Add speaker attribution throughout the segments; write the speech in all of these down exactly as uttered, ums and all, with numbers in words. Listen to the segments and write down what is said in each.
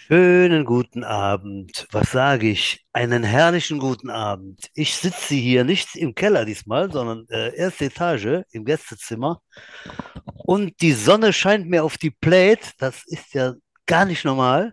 Speaker 1: Schönen guten Abend. Was sage ich? Einen herrlichen guten Abend. Ich sitze hier nicht im Keller diesmal, sondern äh, erste Etage im Gästezimmer und die Sonne scheint mir auf die Plate. Das ist ja gar nicht normal.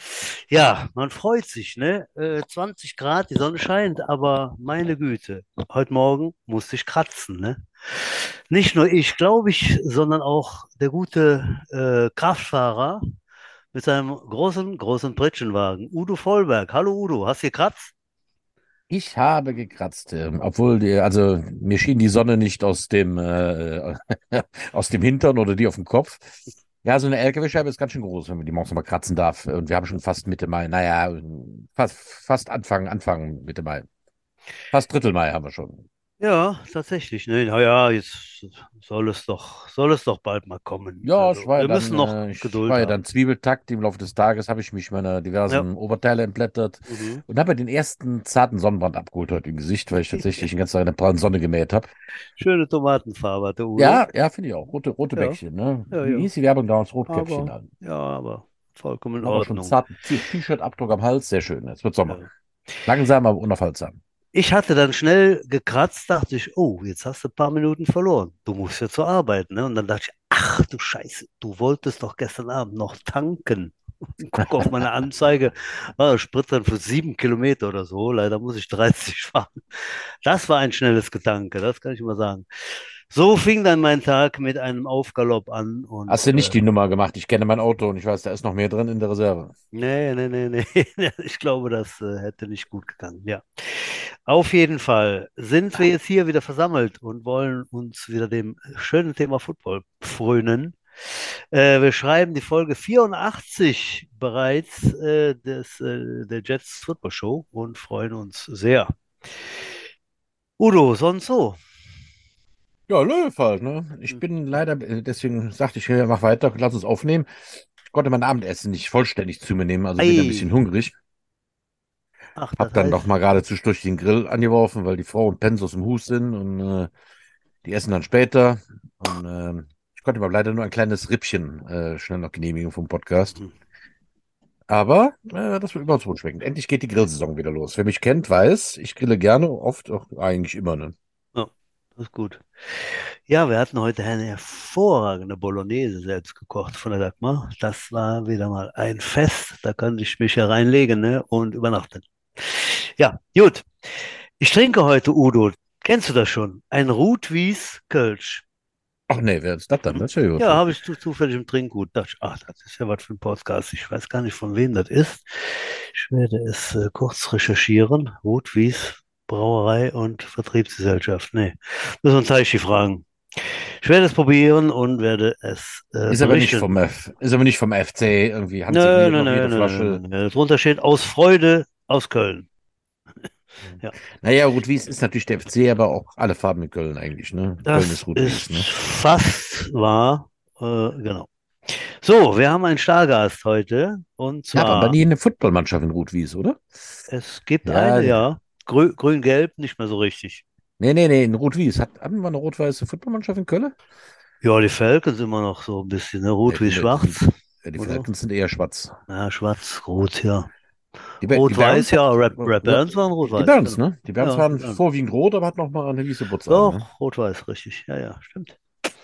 Speaker 1: Ja, man freut sich, ne? Äh, zwanzig Grad, die Sonne scheint, aber meine Güte, heute Morgen musste ich kratzen, ne? Nicht nur ich, glaube ich, sondern auch der gute äh, Kraftfahrer mit seinem großen, großen Pritschenwagen. Udo Vollberg. Hallo Udo, hast du gekratzt?
Speaker 2: Ich habe gekratzt, ähm, obwohl die, also mir schien die Sonne nicht aus dem äh, aus dem Hintern oder die auf dem Kopf. Ja, so eine L K W-Scheibe ist ganz schön groß, wenn man die morgens mal kratzen darf. Und wir haben schon fast Mitte Mai. Naja, fast, fast Anfang, Anfang Mitte Mai. Fast Drittel Mai haben wir schon.
Speaker 1: Ja, tatsächlich. Ne, naja, jetzt soll es doch, soll es doch bald mal kommen.
Speaker 2: Ja, ich
Speaker 1: Also,
Speaker 2: war ja
Speaker 1: wir
Speaker 2: dann,
Speaker 1: müssen noch
Speaker 2: äh, ich
Speaker 1: Geduld
Speaker 2: war ja dann
Speaker 1: haben.
Speaker 2: Zwiebeltakt. Im Laufe des Tages habe ich mich meiner
Speaker 1: Ja.
Speaker 2: diversen Oberteile entblättert
Speaker 1: Mhm.
Speaker 2: und habe mir den ersten zarten Sonnenbrand abgeholt heute im Gesicht, weil ich tatsächlich den ganzen Tag in der prallen Sonne gemäht habe.
Speaker 1: Schöne Tomatenfarbe, der Udo.
Speaker 2: Ja, ja, finde ich auch. Rote, rote
Speaker 1: Ja,
Speaker 2: Bäckchen, ne?
Speaker 1: ja,
Speaker 2: Wie
Speaker 1: ja.
Speaker 2: hieß die Werbung damals? Rotkäppchen
Speaker 1: Aber,
Speaker 2: an.
Speaker 1: ja, aber vollkommen in
Speaker 2: Habe auch schon einen
Speaker 1: Ordnung.
Speaker 2: zarten T- T-Shirt-Abdruck am Hals. Sehr schön. Es wird Sommer.
Speaker 1: Ja.
Speaker 2: Langsam, aber unaufhaltsam.
Speaker 1: Ich hatte dann schnell gekratzt, dachte ich, oh, jetzt hast du ein paar Minuten verloren. Du musst ja zur Arbeit, ne? Und dann dachte ich, ach du Scheiße, du wolltest doch gestern Abend noch tanken. Guck auf meine Anzeige, ah, Sprit dann für sieben Kilometer oder so. Leider muss ich dreißig fahren. Das war ein schnelles Gedanke, das kann ich mal sagen. So fing dann mein Tag mit einem Aufgalopp an und
Speaker 2: Hast du
Speaker 1: äh,
Speaker 2: nicht die Nummer gemacht? Ich kenne mein Auto und ich weiß, da ist noch mehr drin in der Reserve.
Speaker 1: nee, nee, nee, nee. Ich glaube, das äh, hätte nicht gut gegangen. Ja. Auf jeden Fall sind wir jetzt hier wieder versammelt und wollen uns wieder dem schönen Thema Football frönen. Äh, wir schreiben die Folge vierundachtzig bereits äh, des, äh, der Jets Football Show und freuen uns sehr. Udo, sonst so.
Speaker 2: Ja, läuft halt, ne? Ich bin leider, äh, deswegen sagte ich, ja, mach weiter, lass uns aufnehmen. Ich konnte mein Abendessen nicht vollständig zu mir nehmen, also bin ein bisschen
Speaker 1: Ei,
Speaker 2: hungrig.
Speaker 1: ach, das
Speaker 2: Hab dann
Speaker 1: heißt,
Speaker 2: doch mal gerade zwischendurch den Grill angeworfen, weil die Frau und Pensos im Hus sind und äh, die essen dann später. Und ähm, ich konnte mir leider nur ein kleines Rippchen äh, schnell noch genehmigen vom Podcast.
Speaker 1: hm,
Speaker 2: Aber äh, das wird über uns schmecken. Endlich geht die Grillsaison wieder los. Wer mich kennt, weiß, ich grille gerne, oft, auch eigentlich immer. Ne?
Speaker 1: ja, das ist gut. Ja, wir hatten heute eine hervorragende Bolognese selbst gekocht von der Dagmar. Das war wieder mal ein Fest. Da kann ich mich hereinlegen, ne, und übernachten. Ja, gut. Ich trinke heute, Udo. Kennst du das schon? Ein Rotwies Kölsch.
Speaker 2: Ach nee, wer ist das dann? Das ist ja gut.
Speaker 1: Ja, habe ich zu, zufällig im Trinkgut. Dachte ich, ach, das ist ja was für ein Podcast. Ich weiß gar nicht, von wem das ist. Ich werde es äh, kurz recherchieren. Rotwies Brauerei und Vertriebsgesellschaft. Nee, müssen wir uns Teichi fragen. Ich werde es probieren und werde es äh,
Speaker 2: Ist aber nicht vom
Speaker 1: berichten.
Speaker 2: F, ist aber nicht vom F C irgendwie
Speaker 1: Nö,
Speaker 2: handsigniert
Speaker 1: nö,
Speaker 2: noch
Speaker 1: nö,
Speaker 2: jede
Speaker 1: nö, nö, nö,
Speaker 2: Flasche.
Speaker 1: nö. Drunter steht aus Freude aus Köln. Ja,
Speaker 2: Naja, Rot-Wies ist natürlich der F C, aber auch alle Farben in Köln eigentlich, ne? Köln
Speaker 1: das
Speaker 2: ist Rot-Wies,
Speaker 1: ist
Speaker 2: ne?
Speaker 1: fast wahr. Äh, genau. So, wir haben einen Stargast heute und
Speaker 2: Gab aber
Speaker 1: zwar,
Speaker 2: nie eine Footballmannschaft in Rot-Wies, oder?
Speaker 1: es gibt
Speaker 2: Ja,
Speaker 1: eine, ja, Grü grün-gelb, nicht mehr so richtig.
Speaker 2: nee, nee, nee, in Rot-Wies. Hat, haben wir eine rot-weiße Footballmannschaft in Köln?
Speaker 1: Ja, die Falcons immer noch so ein bisschen, ne?
Speaker 2: Nee,
Speaker 1: Rot wie
Speaker 2: die, die sind,
Speaker 1: schwarz,
Speaker 2: ja, die
Speaker 1: oder?
Speaker 2: Falcons sind eher schwarz.
Speaker 1: Ja, schwarz-rot, ja.
Speaker 2: Die, Ba- die
Speaker 1: Rot-weiß,
Speaker 2: Barons hat,
Speaker 1: ja, Red, Red
Speaker 2: ja,
Speaker 1: Barons waren
Speaker 2: die
Speaker 1: rot-weiß,
Speaker 2: Barons,
Speaker 1: genau.
Speaker 2: ne? Die Barons
Speaker 1: Ja, die
Speaker 2: waren
Speaker 1: waren.
Speaker 2: vorwiegend rot, aber hat noch mal eine gewisse Butze an, ne?
Speaker 1: Doch, rot-weiß, richtig. Ja, ja, stimmt.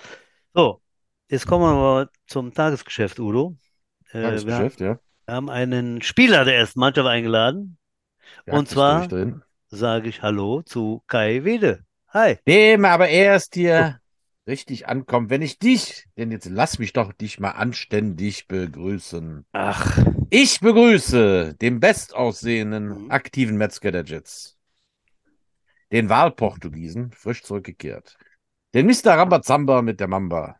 Speaker 1: So, jetzt kommen wir mal zum Tagesgeschäft, Udo. Äh, wir
Speaker 2: Tagesgeschäft, ja.
Speaker 1: haben einen Spieler der ersten Mannschaft eingeladen. Und
Speaker 2: Jagd ist durch
Speaker 1: zwar
Speaker 2: drin.
Speaker 1: sage ich Hallo zu Kai Wede. Hi.
Speaker 2: Dem aber erst
Speaker 1: Oh,
Speaker 2: hier richtig ankommt, wenn ich dich, denn jetzt lass mich doch dich mal anständig begrüßen.
Speaker 1: ach,
Speaker 2: Ich begrüße den bestaussehenden
Speaker 1: hm,
Speaker 2: aktiven Metzger der Jets, den Wahlportugiesen, frisch zurückgekehrt, den Mister Rambazamba mit der Mamba,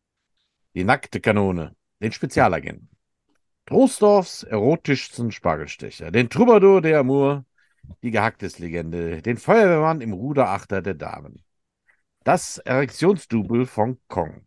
Speaker 2: die nackte Kanone, den Spezialagenten, Troisdorfs erotischsten Spargelstecher, den Troubadour der Amour, die Gehacktes-Legende, den Feuerwehrmann im Ruderachter der Damen, das Erektionsdouble von Kong.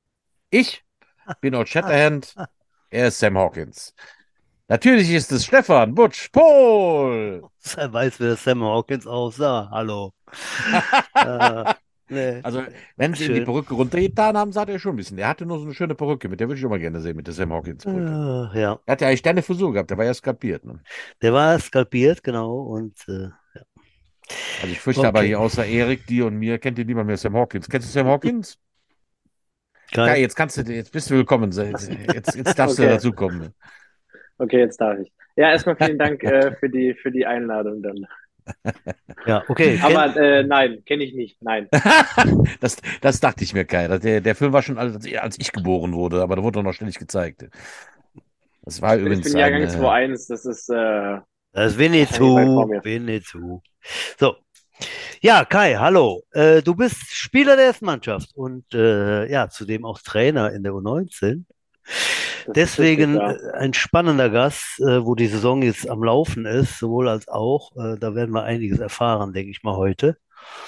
Speaker 2: Ich bin Old Shatterhand, er ist Sam Hawkins. Natürlich ist es Stefan Butch Pohl.
Speaker 1: er weiß, wer Sam Hawkins aussah. Hallo. Äh, Nee,
Speaker 2: Also, wenn sie ihm die
Speaker 1: schön.
Speaker 2: Perücke runtergetan haben, sah er schon ein bisschen. Er hatte nur so eine schöne Perücke, mit der würde ich auch mal gerne sehen, mit der Sam Hawkins-Perücke.
Speaker 1: Äh, ja,
Speaker 2: Er hatte ja eigentlich deine Frisur gehabt, der war ja skalpiert. Ne?
Speaker 1: der war skalpiert, genau. Und äh,
Speaker 2: Also, ich fürchte aber
Speaker 1: okay,
Speaker 2: hier außer Erik, dir und mir, kennt ihr niemand mehr Sam Hawkins. Kennst du Sam Hawkins?
Speaker 1: Kai.
Speaker 2: Kai, jetzt kannst du, jetzt bist du willkommen. Jetzt, jetzt darfst du
Speaker 3: Okay,
Speaker 2: dazukommen.
Speaker 3: okay, jetzt darf ich. Ja, erstmal vielen Dank äh, für die, für die Einladung dann.
Speaker 1: Ja, okay. Kenn,
Speaker 3: Aber äh, nein, kenne ich nicht. Nein.
Speaker 2: Das, das dachte ich mir, Kai. Der, der Film war schon, als, als ich geboren wurde, aber da wurde er noch ständig gezeigt. Das war
Speaker 3: Ich
Speaker 2: übrigens
Speaker 3: bin
Speaker 2: ein,
Speaker 3: Jahrgang
Speaker 2: äh,
Speaker 3: zwei eins, das ist äh,
Speaker 1: das ist
Speaker 3: wahrscheinlich weit vor
Speaker 1: Winnetou.
Speaker 3: mir.
Speaker 1: Winnetou. So. Ja, Kai, hallo. Äh, du bist Spieler der ersten Mannschaft und äh, ja, zudem auch Trainer in der U neunzehn.
Speaker 3: Das ist richtig,
Speaker 1: Deswegen
Speaker 3: ja.
Speaker 1: äh, ein spannender Gast, äh, wo die Saison jetzt am Laufen ist, sowohl als auch. Äh, da werden wir einiges erfahren, denke ich mal, heute.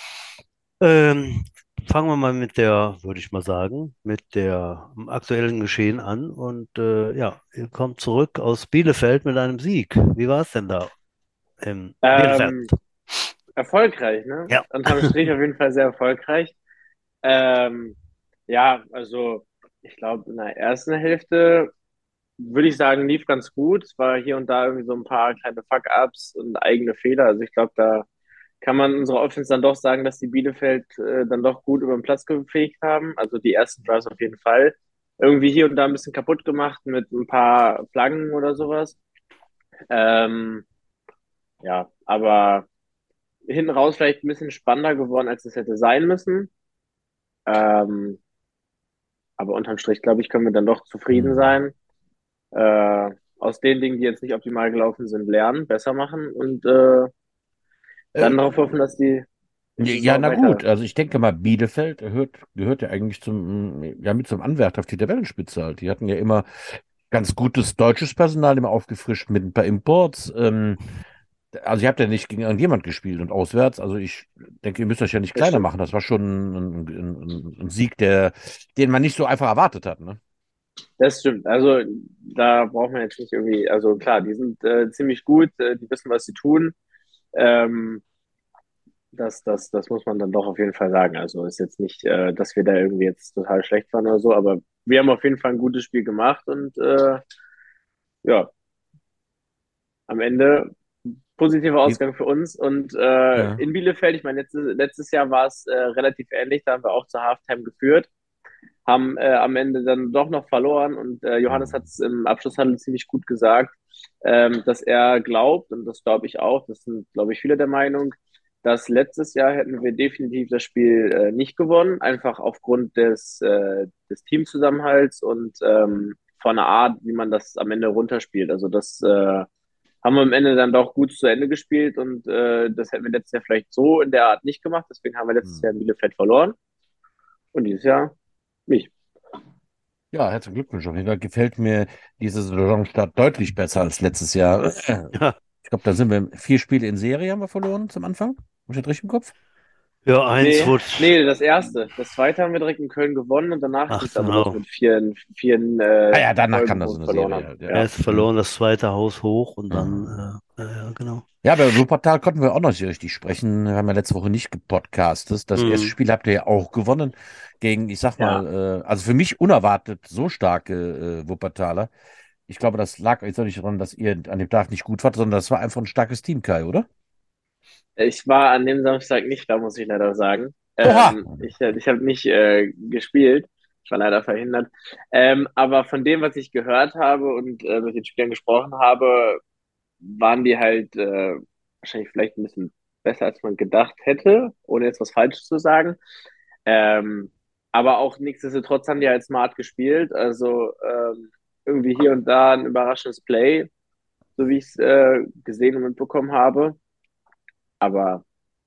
Speaker 1: Ähm, fangen wir mal mit der, würde ich mal sagen, mit der ähm, aktuellen Geschehen an. Und äh, ja, ihr kommt zurück aus Bielefeld mit einem Sieg. Wie war es denn da in Bielefeld?
Speaker 3: Ähm, erfolgreich, ne?
Speaker 1: Ja.
Speaker 3: Unterm Strich auf jeden Fall sehr erfolgreich. Ähm, ja, also ich glaube, in der ersten Hälfte würde ich sagen, lief ganz gut. Es war hier und da irgendwie so ein paar kleine Fuck-ups und eigene Fehler. Also ich glaube, da kann man unserer Offense dann doch sagen, dass die Bielefeld äh, dann doch gut über den Platz gefegt haben. Also die ersten Drives auf jeden Fall. Irgendwie hier und da ein bisschen kaputt gemacht mit ein paar Flaggen oder sowas. Ähm, ja, aber hinten raus vielleicht ein bisschen spannender geworden, als es hätte sein müssen. Ähm, aber unterm Strich, glaube ich, können wir dann doch zufrieden
Speaker 2: hm.
Speaker 3: sein. Äh, aus den Dingen, die jetzt nicht optimal gelaufen sind, lernen, besser machen und äh,
Speaker 2: Äh,
Speaker 3: dann darauf hoffen, dass die
Speaker 2: ja,
Speaker 3: Saison
Speaker 2: na
Speaker 3: weiter.
Speaker 2: gut. Also ich denke mal, Bielefeld gehört, gehört ja eigentlich zum, ja, mit zum Anwärter auf die Tabellenspitze halt. Die hatten ja immer ganz gutes deutsches Personal, immer aufgefrischt mit ein paar Imports. Ähm, also ihr habt ja nicht gegen irgendjemand gespielt und auswärts. Also ich denke, ihr müsst euch ja nicht
Speaker 3: Das
Speaker 2: kleiner
Speaker 3: stimmt.
Speaker 2: machen. Das war schon ein, ein, ein Sieg, der, den man nicht so einfach erwartet hat, ne?
Speaker 3: Das stimmt. Also da braucht man jetzt nicht irgendwie, also klar, die sind äh, ziemlich gut, äh, die wissen, was sie tun. Ähm, das, das, das muss man dann doch auf jeden Fall sagen. Also ist jetzt nicht, äh, dass wir da irgendwie jetzt total schlecht waren oder so, aber wir haben auf jeden Fall ein gutes Spiel gemacht und äh, ja, am Ende positiver
Speaker 2: Wie-
Speaker 3: Ausgang für uns. Und äh,
Speaker 2: Ja.
Speaker 3: in Bielefeld, ich meine, letztes, letztes Jahr war es äh, relativ ähnlich, da haben wir auch zur Halftime geführt, haben äh, am Ende dann doch noch verloren und äh, Johannes hat
Speaker 2: Hm.
Speaker 3: es im Abschlusshandel ziemlich gut gesagt, ähm, dass er glaubt, und das glaube ich auch, das sind, glaube ich, viele der Meinung, dass letztes Jahr hätten wir definitiv das Spiel äh, nicht gewonnen, einfach aufgrund des, äh, des Teamzusammenhalts und ähm, von der Art, wie man das am Ende runterspielt. Also das äh, haben wir am Ende dann doch gut zu Ende gespielt und äh, das hätten wir letztes Jahr vielleicht so in der Art nicht gemacht. Deswegen haben wir letztes Jahr
Speaker 2: Hm.
Speaker 3: in Bielefeld verloren und dieses Jahr nicht.
Speaker 2: Ja, herzlichen Glückwunsch. Auf jeden Fall gefällt mir diese Saisonstart deutlich besser als letztes Jahr.
Speaker 1: Ja,
Speaker 2: Ich glaube, da sind wir vier Spiele in Serie haben wir verloren zum Anfang. Habe ich das richtig im Kopf?
Speaker 1: ja, eins
Speaker 3: Nee,
Speaker 1: wurde
Speaker 3: nee, das erste. Das zweite haben wir direkt in Köln gewonnen und danach ging es
Speaker 1: achtzehn,
Speaker 3: aber los
Speaker 1: genau.
Speaker 3: mit vier, vier
Speaker 2: Ah
Speaker 3: äh,
Speaker 2: ja, danach kam
Speaker 3: Folgen,
Speaker 2: da
Speaker 3: wo
Speaker 2: so
Speaker 3: wir
Speaker 2: eine
Speaker 3: verloren
Speaker 2: Serie
Speaker 3: haben.
Speaker 2: halt, ja.
Speaker 3: Ja.
Speaker 1: Erst
Speaker 2: Hm.
Speaker 1: verloren, das zweite Haus hoch und
Speaker 2: Ah.
Speaker 1: dann, äh, ja, ja, genau.
Speaker 2: Ja, aber über Wuppertal konnten wir auch noch nicht richtig sprechen. Wir haben ja letzte Woche nicht gepodcastet. Das erste
Speaker 1: Mhm.
Speaker 2: Spiel habt ihr ja auch gewonnen gegen, ich sag
Speaker 3: Ja,
Speaker 2: mal, äh, also für mich unerwartet so starke äh, Wuppertaler. Ich glaube, das lag jetzt auch nicht daran, dass ihr an dem Tag nicht gut wart, sondern das war einfach ein starkes Team, Kai, oder?
Speaker 3: ich war an dem Samstag nicht da, muss ich leider sagen.
Speaker 2: Oha!
Speaker 3: Ähm, ich ich habe nicht äh, gespielt. Ich war leider verhindert. Ähm, aber von dem, was ich gehört habe und äh, mit den Spielern gesprochen habe, waren die halt äh, wahrscheinlich vielleicht ein bisschen besser, als man gedacht hätte, ohne jetzt was Falsches zu sagen. Ähm, aber auch nichtsdestotrotz haben die halt smart gespielt. Also ähm, irgendwie hier und da ein überraschendes Play, so wie ich es äh, gesehen und mitbekommen habe. Aber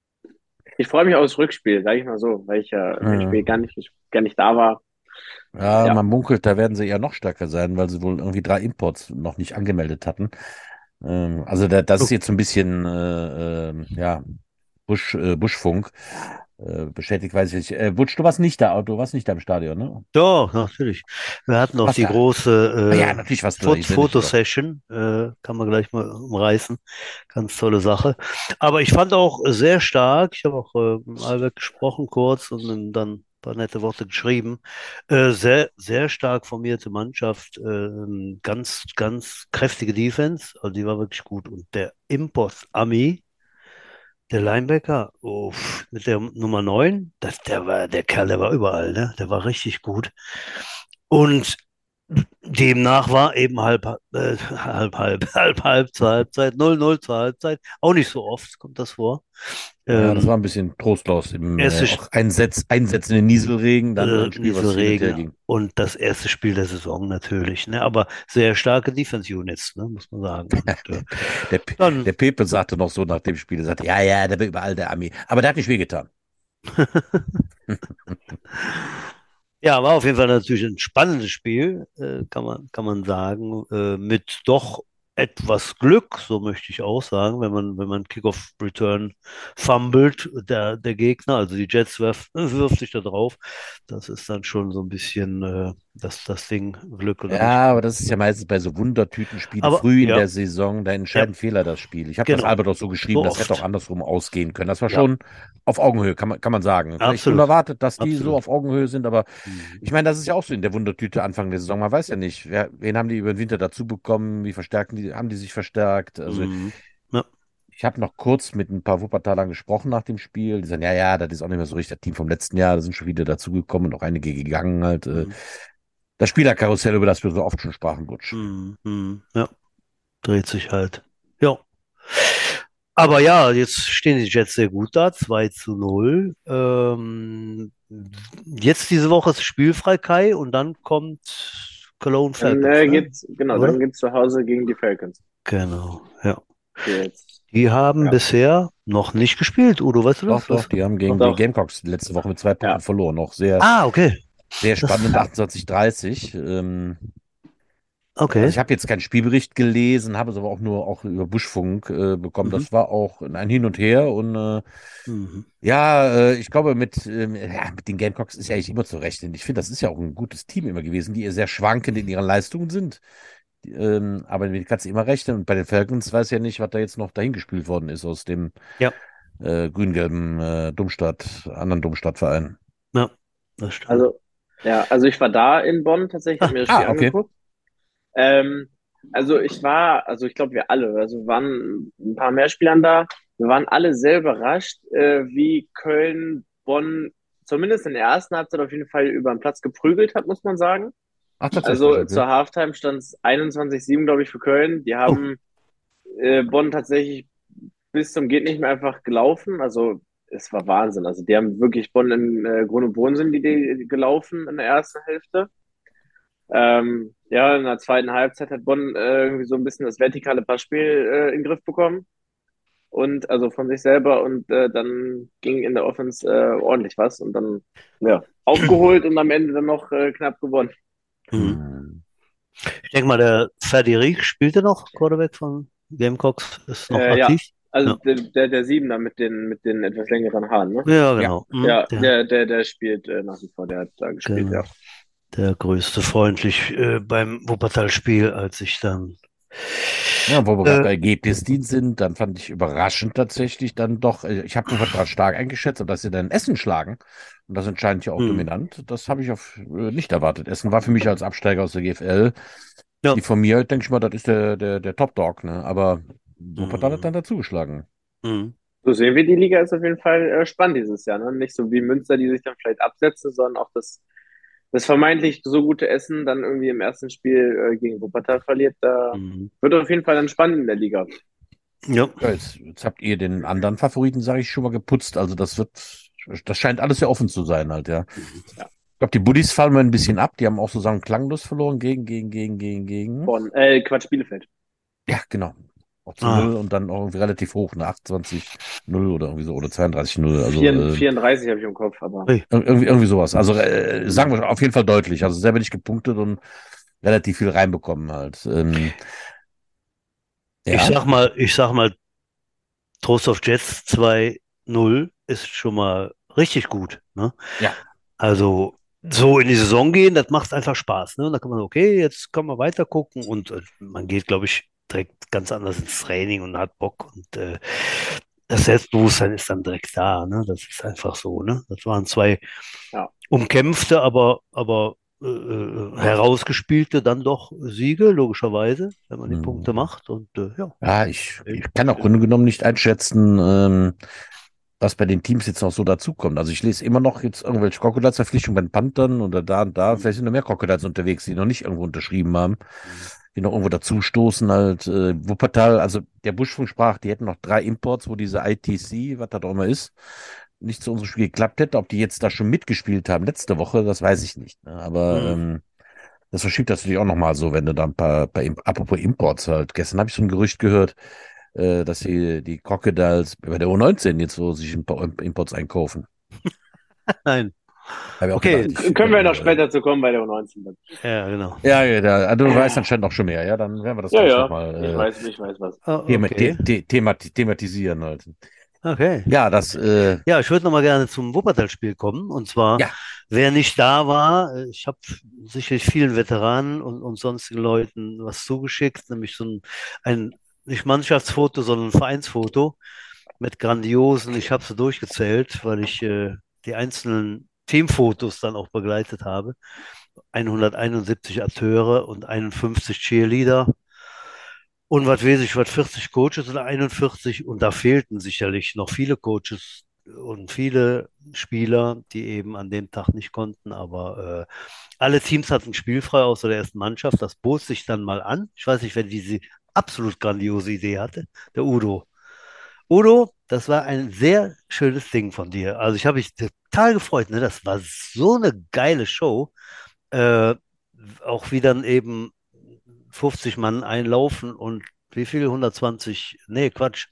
Speaker 3: ich freue mich aufs Rückspiel, sage ich mal so, weil ich ja im Hinspiel
Speaker 2: Ja.
Speaker 3: gar nicht, gar nicht da war.
Speaker 2: Ja,
Speaker 3: Ja,
Speaker 2: man munkelt, da werden sie ja noch stärker sein, weil sie wohl irgendwie drei Imports noch nicht angemeldet hatten. Ähm, also da, das ist
Speaker 1: Oh,
Speaker 2: jetzt so ein bisschen äh, äh, ja, Busch, äh, Buschfunk. äh, bestätigt, weiß ich nicht. Äh, Butsch, du warst nicht da, du warst nicht da im Stadion, ne?
Speaker 1: Ja, natürlich. Wir hatten auch
Speaker 2: Was
Speaker 1: die
Speaker 2: da? Ah ja,
Speaker 1: große äh,
Speaker 2: natürlich warst du da,
Speaker 1: Fot
Speaker 2: ich erinnere dich doch.
Speaker 1: Fotosession, äh, kann man gleich mal umreißen. Ganz tolle Sache. Aber ich fand auch sehr stark, ich habe auch äh, mit Albert gesprochen kurz und ihm dann ein paar nette Worte geschrieben. Äh, sehr, sehr stark formierte Mannschaft, äh, ganz, ganz kräftige Defense, also die war wirklich gut. Und der Impos Ami, der Linebacker, oh, mit der Nummer neun, das, der war, der Kerl, der war überall, ne? Der war richtig gut. Und demnach war eben halb, äh, halb, halb, halb, halb zur Halbzeit, null null zur Halbzeit. Auch nicht so oft kommt das vor.
Speaker 2: Ja, das
Speaker 1: Ähm,
Speaker 2: war ein bisschen trostlos. Im, äh,
Speaker 1: erste
Speaker 2: auch Einsetz, einsetzenden Nieselregen, dann
Speaker 1: äh,
Speaker 2: ein Spiel, was hin und her
Speaker 1: Nieselregen
Speaker 2: ging.
Speaker 1: und das erste Spiel der Saison natürlich, ne? Aber sehr starke Defense-Units, ne? Muss man sagen. Und, äh,
Speaker 2: Der, Pe-
Speaker 1: dann
Speaker 2: der Pepe sagte noch so nach dem Spiel, er sagte, ja, ja, der will überall der Ami. Aber der hat nicht wehgetan.
Speaker 1: Ja, war auf jeden Fall natürlich ein spannendes Spiel, äh, kann man, kann man sagen, äh, mit doch etwas Glück, so möchte ich auch sagen, wenn man, wenn man Kickoff-Return fummelt, der, der Gegner, also die Jets werf, wirft sich da drauf. Das ist dann schon so ein bisschen äh, das, das Ding Glück oder nicht
Speaker 2: Ja, aber
Speaker 1: Glück.
Speaker 2: das ist ja meistens bei so Wundertütenspiele
Speaker 1: Aber
Speaker 2: früh in
Speaker 1: ja,
Speaker 2: der Saison, da
Speaker 1: ja,
Speaker 2: entscheiden Fehler das Spiel. Ich habe das
Speaker 1: genau,
Speaker 2: Albert auch so geschrieben,
Speaker 1: so
Speaker 2: das hätte auch
Speaker 1: oft.
Speaker 2: andersrum ausgehen können. Das war
Speaker 1: Ja,
Speaker 2: schon auf Augenhöhe, kann man, kann man sagen. Vielleicht
Speaker 1: absolut,
Speaker 2: unerwartet, dass die so
Speaker 1: absolut.
Speaker 2: auf Augenhöhe sind, aber
Speaker 1: Mhm.
Speaker 2: ich meine, das ist ja auch so in der Wundertüte Anfang der Saison. Man weiß ja nicht, wer, wen haben die über den Winter dazu bekommen, wie verstärken die, haben die sich verstärkt? Also
Speaker 1: Mhm. Ja.
Speaker 2: ich habe noch kurz mit ein paar Wuppertalern gesprochen nach dem Spiel. Die sagen, ja, ja, das ist auch nicht mehr so richtig das Team vom letzten Jahr. Da sind schon wieder dazugekommen und auch einige gegangen halt. Äh,
Speaker 1: Mhm.
Speaker 2: Das Spielerkarussell, über das wir so oft schon sprachen, Butsch.
Speaker 1: Mhm. Mhm. Ja, dreht sich halt. Ja. Aber ja, jetzt stehen die Jets sehr gut da, zwei zu null. Ähm, jetzt diese Woche ist spielfrei, Kai, und dann kommt Cologne
Speaker 3: Dann
Speaker 1: Falcons,
Speaker 3: äh,
Speaker 1: ne?
Speaker 3: geht's, genau, dann
Speaker 1: Oder?
Speaker 3: geht's zu Hause gegen die Falcons.
Speaker 1: Genau, ja.
Speaker 3: Die jetzt,
Speaker 1: Die haben
Speaker 3: ja,
Speaker 1: bisher noch nicht gespielt, Udo, weißt du
Speaker 2: Doch,
Speaker 1: das?
Speaker 2: doch,
Speaker 1: Was?
Speaker 2: die haben gegen die
Speaker 3: doch,
Speaker 2: Gamecocks letzte Woche mit zwei Punkten
Speaker 3: ja,
Speaker 2: verloren. Noch sehr,
Speaker 1: Ah, okay.
Speaker 2: sehr spannend,
Speaker 1: Das,
Speaker 2: achtundzwanzig dreißig. Ähm, also
Speaker 1: okay.
Speaker 2: ich habe jetzt keinen Spielbericht gelesen, habe es aber auch nur auch über Buschfunk äh, bekommen.
Speaker 1: Mhm.
Speaker 2: Das war auch ein Hin und Her und äh,
Speaker 1: Mhm.
Speaker 2: ja, äh, ich glaube, mit, ähm, ja, mit den Gamecocks ist ja eigentlich immer zu rechnen. Ich finde, das ist ja auch ein gutes Team immer gewesen, die sehr schwankend in ihren Leistungen sind. Die, ähm, aber damit kannst du immer rechnen. Und bei den Falcons weiß ja nicht, was da jetzt noch dahin gespielt worden ist aus dem
Speaker 1: Ja,
Speaker 2: äh, grün-gelben äh, Dummstadt, anderen Dummstadtverein.
Speaker 1: ja, das stimmt.
Speaker 3: also, ja, also ich war da in Bonn tatsächlich, habe
Speaker 1: Ah,
Speaker 3: mir das Spiel
Speaker 2: Ah, okay.
Speaker 3: angeguckt. Ähm, also ich war, also ich glaube wir alle, also wir waren ein paar mehr Spielern da. Wir waren alle sehr überrascht, äh, wie Köln Bonn zumindest in der ersten Halbzeit auf jeden Fall über den Platz geprügelt hat, muss man sagen.
Speaker 2: Ach, tatsächlich,
Speaker 3: Also
Speaker 2: okay.
Speaker 3: zur Halftime stand es einundzwanzig sieben, glaube ich, für Köln. Die
Speaker 1: oh.
Speaker 3: haben äh, Bonn tatsächlich bis zum geht nicht mehr einfach gelaufen. Also es war Wahnsinn. Also die haben wirklich Bonn in äh, Grund und Boden sind die, die gelaufen in der ersten Hälfte. Ähm, ja, in der zweiten Halbzeit hat Bonn äh, irgendwie so ein bisschen das vertikale Passspiel äh, in den Griff bekommen. Und also von sich selber und äh, dann ging in der Offense äh, ordentlich was und dann ja, aufgeholt und am Ende dann noch äh, knapp gewonnen.
Speaker 1: Mhm.
Speaker 2: Hm.
Speaker 1: Ich denke mal, der Ferdi Rieck spielte noch, Quarterback von Gamecocks, ist noch
Speaker 3: Äh, ja,
Speaker 1: aktiv.
Speaker 3: also
Speaker 1: Ja,
Speaker 3: der, der, der Siebener mit den, mit den etwas längeren Haaren, ne?
Speaker 1: ja,
Speaker 2: Ja,
Speaker 1: genau. Mhm.
Speaker 3: Ja,
Speaker 1: Der,
Speaker 3: der, der, der spielt äh, nach wie vor, der hat da gespielt,
Speaker 1: genau.
Speaker 3: ja.
Speaker 1: Der größte freundlich äh, beim Wuppertal-Spiel, als ich dann.
Speaker 2: ja, wo wir gerade
Speaker 1: Äh,
Speaker 2: bei Ergebnisdienst sind, dann fand ich überraschend tatsächlich dann doch, äh, ich habe Wuppertal stark eingeschätzt, aber dass sie dann Essen schlagen, und das entscheidet ja auch
Speaker 1: hm,
Speaker 2: dominant, das habe ich auf, äh, nicht erwartet. Essen war für mich als Absteiger aus der G F L,
Speaker 1: ja.
Speaker 2: die von mir, denke ich mal, das ist der, der, der Top-Dog, ne? Aber Wuppertal hat
Speaker 1: Hm,
Speaker 2: dann dazugeschlagen.
Speaker 1: hm,
Speaker 3: So sehen wir, die Liga ist auf jeden Fall äh, spannend dieses Jahr, ne? Nicht so wie Münster, die sich dann vielleicht absetzen, sondern auch das, das vermeintlich so gute Essen dann irgendwie im ersten Spiel äh, gegen Wuppertal verliert. Da
Speaker 1: hm.
Speaker 3: wird auf jeden Fall dann spannend in der Liga.
Speaker 1: Ja.
Speaker 2: Ja, jetzt, jetzt habt ihr den anderen Favoriten, sage ich, schon mal geputzt. Also das wird, das scheint alles sehr offen zu sein halt, ja.
Speaker 1: Mhm.
Speaker 3: Ja,
Speaker 2: Ich glaube, die Buddies fallen mir ein bisschen ab. Die haben auch sozusagen klanglos verloren gegen, gegen, gegen, gegen, gegen.
Speaker 3: Bonn, äh, Quatsch, Bielefeld.
Speaker 2: Ja, genau. Auch zu
Speaker 1: Ah,
Speaker 2: null und dann auch irgendwie relativ hoch, ne? achtundzwanzig null oder irgendwie so, oder zweiunddreißig null. Also
Speaker 3: Vier-
Speaker 2: äh,
Speaker 3: vierunddreißig habe ich im Kopf, aber
Speaker 1: hey.
Speaker 2: irgendwie, irgendwie sowas. Also äh, sagen wir auf jeden Fall deutlich. Also sehr wenig gepunktet und relativ viel reinbekommen halt. Ähm,
Speaker 1: Ich
Speaker 2: ja.
Speaker 1: sag mal, ich sag mal, Trost auf Jets zwei null ist schon mal richtig gut. Ne?
Speaker 2: Ja.
Speaker 1: Also so in die Saison gehen, das macht einfach Spaß. Ne? Und da kann man, okay, jetzt kann man weiter gucken und äh, man geht, glaube ich, direkt ganz anders ins Training und hat Bock und äh, das Selbstbewusstsein ist dann direkt da. Ne? Das ist einfach so. Ne? Das waren zwei
Speaker 3: Ja.
Speaker 1: umkämpfte, aber, aber äh, äh, herausgespielte dann doch Siege, logischerweise, wenn man die Punkte
Speaker 2: Hm.
Speaker 1: macht. Und äh, ja,
Speaker 2: Ja, ich, ich kann auch
Speaker 3: Stimmt.
Speaker 2: Grunde genommen nicht einschätzen, ähm, was bei den Teams jetzt noch so dazukommt. Also ich lese immer noch jetzt irgendwelche Crocodiles-Verpflichtungen bei den Panthern oder da und da. Vielleicht sind noch mehr Crocodiles unterwegs, die noch nicht irgendwo unterschrieben haben, die noch irgendwo dazustoßen. Halt, äh, Wuppertal, also der Buschfunk sprach, die hätten noch drei Imports, wo diese I T C, was das auch immer ist, nicht zu unserem Spiel geklappt hätte. Ob die jetzt da schon mitgespielt haben letzte Woche, das weiß ich nicht. Ne? Aber
Speaker 1: mhm.
Speaker 2: ähm, das verschiebt das natürlich auch nochmal so, wenn du da ein paar, paar Im- apropos Imports halt. Gestern habe ich so ein Gerücht gehört, äh, dass die, die Crocodiles bei der U neunzehn jetzt so sich ein paar Imports einkaufen.
Speaker 1: Nein.
Speaker 2: Habe ich auch
Speaker 1: Okay,
Speaker 2: gedacht,
Speaker 3: K-
Speaker 2: ich,
Speaker 3: Können wir noch
Speaker 2: äh,
Speaker 3: später zu kommen bei der U neunzehn dann.
Speaker 1: ja, genau.
Speaker 2: ja, ja, da, du weißt anscheinend auch schon mehr, ja, dann werden wir das
Speaker 3: Ja,
Speaker 2: gleich
Speaker 3: ja, ich
Speaker 2: nochmal
Speaker 3: weiß, ich weiß was.
Speaker 1: Ah,
Speaker 2: äh, thema,
Speaker 1: okay,
Speaker 2: the, the, themati thematisieren halt.
Speaker 1: okay.
Speaker 2: Ja, das, äh,
Speaker 1: Ja, ich würde noch mal gerne zum Wuppertal-Spiel kommen. Und zwar,
Speaker 2: ja,
Speaker 1: wer nicht da war, äh, ich habe sicherlich vielen Veteranen und, und sonstigen Leuten was zugeschickt, nämlich so ein, ein nicht Mannschaftsfoto, sondern ein Vereinsfoto mit grandiosen, ich habe sie durchgezählt, weil ich äh, die einzelnen Teamfotos dann auch begleitet habe. hunderteinundsiebzig Akteure und einundfünfzig Cheerleader. Und was weiß ich, was vierzig Coaches oder einundvierzig und da fehlten sicherlich noch viele Coaches und viele Spieler, die eben an dem Tag nicht konnten, aber äh, alle Teams hatten spielfrei außer der ersten Mannschaft. Das bot sich dann mal an. Ich weiß nicht, wer diese absolut grandiose Idee hatte. Der Udo. Udo, das war ein sehr schönes Ding von dir. Also ich habe mich total gefreut. Ne? Das war so eine geile Show. Äh, Auch wie dann eben fünfzig Mann einlaufen und wie viel? hundertzwanzig, nee, Quatsch.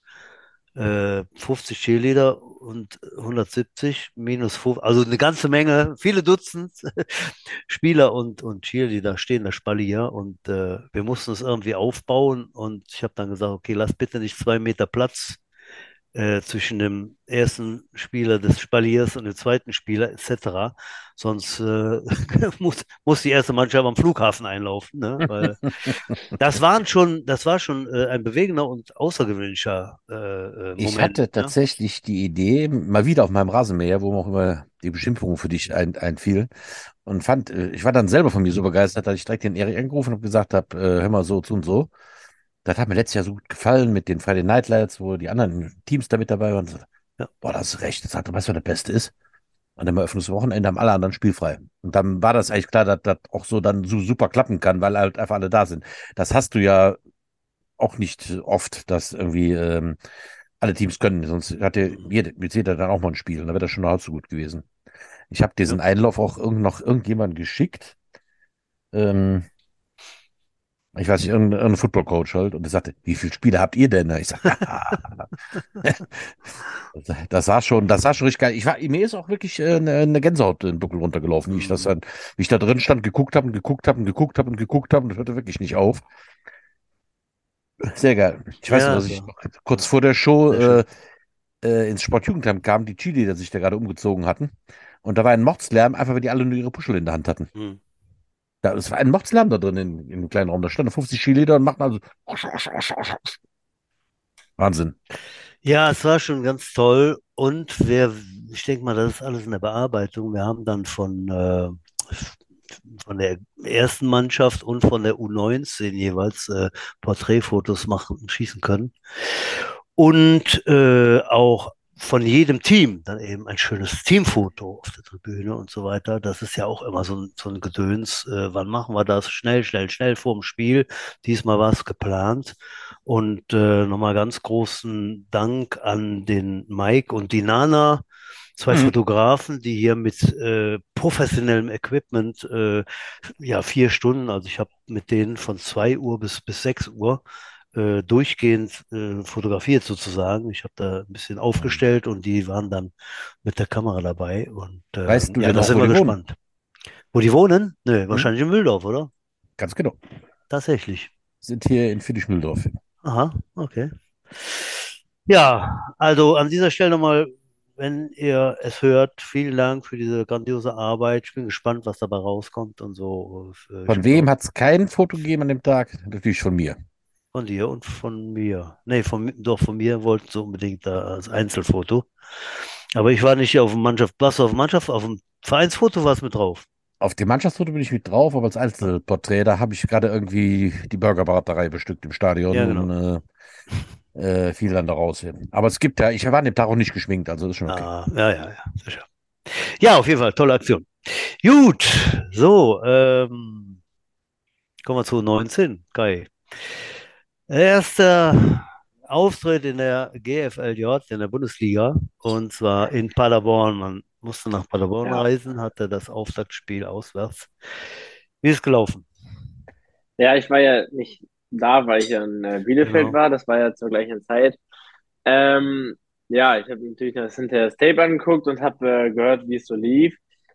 Speaker 1: Äh, fünfzig Cheerleader und hundertsiebzig minus fünf, also eine ganze Menge, viele Dutzend Spieler und, und Cheerleader stehen da Spalier und äh, wir mussten es irgendwie aufbauen und ich habe dann gesagt, okay, lass bitte nicht zwei Meter Platz äh, zwischen dem ersten Spieler des Spaliers und dem zweiten Spieler et cetera. Sonst äh, muss, muss die erste Mannschaft am Flughafen einlaufen, ne? Weil das waren schon, das war schon äh, ein bewegender und außergewöhnlicher äh, äh,
Speaker 2: ich
Speaker 1: Moment.
Speaker 2: hatte
Speaker 1: Ne?
Speaker 2: tatsächlich die Idee, mal wieder auf meinem Rasenmäher, wo mir auch immer die Beschimpfungen für dich ein, einfielen, und fand, äh, ich war dann selber von mir so begeistert, dass ich direkt den Erik angerufen und gesagt habe, äh, hör mal so zu und so. Das hat mir letztes Jahr so gut gefallen mit den Friday Night Lights, wo die anderen Teams da mit dabei waren. So,
Speaker 1: Ja,
Speaker 2: boah, das ist recht. Das sagt, weißt du, was das Beste ist? An dem Eröffnungswochenende haben alle anderen spielfrei. Und dann war das eigentlich klar, dass das auch so dann so super klappen kann, weil halt einfach alle da sind. Das hast du ja auch nicht oft, dass irgendwie ähm, alle Teams können. Sonst hatte jeder, jetzt jeder dann auch mal ein Spiel und dann wäre das schon allzu gut gewesen. Ich habe
Speaker 1: ja.
Speaker 2: diesen Einlauf auch irgend noch irgendjemand geschickt. Ähm, Ich weiß nicht, irgendein, irgendein Football-Coach halt. Und er sagte, wie viele Spiele habt ihr denn? Ich sag, das sah schon, das sah schon richtig geil. Ich war, mir ist auch wirklich äh, eine, eine Gänsehaut den Buckel runtergelaufen, wie ich das
Speaker 1: Mhm.
Speaker 2: dann, wie ich da drin stand, geguckt habe und geguckt habe und geguckt habe und geguckt habe und das hörte wirklich nicht auf. Sehr geil. Ich weiß noch,
Speaker 1: Ja,
Speaker 2: dass
Speaker 1: es
Speaker 2: ich
Speaker 1: war
Speaker 2: kurz
Speaker 1: ja,
Speaker 2: vor der Show
Speaker 1: sehr
Speaker 2: äh,
Speaker 1: schön.
Speaker 2: äh, ins Sportjugendheim kam, die Chili, die sich da gerade umgezogen hatten. Und da war ein Mordslärm, einfach weil die alle nur ihre Puschel in der Hand hatten.
Speaker 1: Mhm.
Speaker 2: Da, es war ein Mordslärm da drin in, in dem kleinen Raum. Da standen fünfzig Chili und machten also Wahnsinn.
Speaker 1: Ja, es war schon ganz toll. Und wir, ich denke mal, das ist alles in der Bearbeitung. Wir haben dann von, äh, von der ersten Mannschaft und von der U neunzehn jeweils äh, Porträtfotos machen und schießen können. Und äh, auch von jedem Team dann eben ein schönes Teamfoto auf der Tribüne und so weiter. Das ist ja auch immer so ein, so ein Gedöns. Äh, wann machen wir das? Schnell, schnell, schnell vorm Spiel. Diesmal war es geplant. Und äh, nochmal ganz großen Dank an den Mike und die Nana, zwei
Speaker 2: Mhm.
Speaker 1: Fotografen, die hier mit äh, professionellem Equipment äh, ja vier Stunden, also ich habe mit denen von zwei Uhr bis, bis sechs Uhr äh, durchgehend äh, fotografiert sozusagen. Ich habe da ein bisschen aufgestellt und die waren dann mit der Kamera dabei. Und äh,
Speaker 2: Weißt du
Speaker 1: ja,
Speaker 2: denn
Speaker 1: da
Speaker 2: auch,
Speaker 1: sind
Speaker 2: wo
Speaker 1: wir
Speaker 2: die wohnen?
Speaker 1: gespannt. Wo die wohnen? Nö,
Speaker 2: Hm?
Speaker 1: wahrscheinlich in Mühldorf, oder?
Speaker 2: Ganz genau.
Speaker 1: Tatsächlich.
Speaker 2: Sind hier in Fittich-Mühldorf.
Speaker 1: Aha, okay. Ja, also an dieser Stelle nochmal wenn ihr es hört, vielen Dank für diese grandiose Arbeit. Ich bin gespannt, was dabei rauskommt und so. Äh, Ich
Speaker 2: Von
Speaker 1: bin auch
Speaker 2: wem hat es kein Foto gegeben an dem Tag? Natürlich von mir.
Speaker 1: von dir und von mir. Nee, von, mi- doch von mir wollten sie unbedingt da als Einzelfoto. Aber ich war nicht auf dem Mannschaft, warst du auf dem Mannschaft, auf dem Vereinsfoto war es mit drauf.
Speaker 2: Auf dem Mannschaftsfoto bin ich mit drauf, aber als
Speaker 1: Ja,
Speaker 2: Einzelporträt, da habe ich gerade irgendwie die Burgerbraterei bestückt im Stadion
Speaker 1: ja, genau.
Speaker 2: und äh, äh, fiel dann daraus hin. Aber es gibt ja, ich war an dem Tag auch nicht geschminkt, also ist schon okay.
Speaker 1: Ah, ja, ja, ja, sicher. Ja, auf jeden Fall, tolle Aktion. Gut, so, ähm, kommen wir zu neunzehn. Kai. Erster Auftritt in der G F L J, in der Bundesliga, und zwar in Paderborn. Man musste nach Paderborn
Speaker 3: Ja.
Speaker 1: reisen, hatte das Auftaktspiel auswärts. Wie ist gelaufen?
Speaker 3: Ja, ich war ja nicht da, weil ich ja in äh, Bielefeld
Speaker 1: Genau.
Speaker 3: war. Das war ja zur gleichen Zeit. Ähm, ja, ich habe natürlich das hinterher das Tape angeguckt und habe äh, gehört, wie es so lief.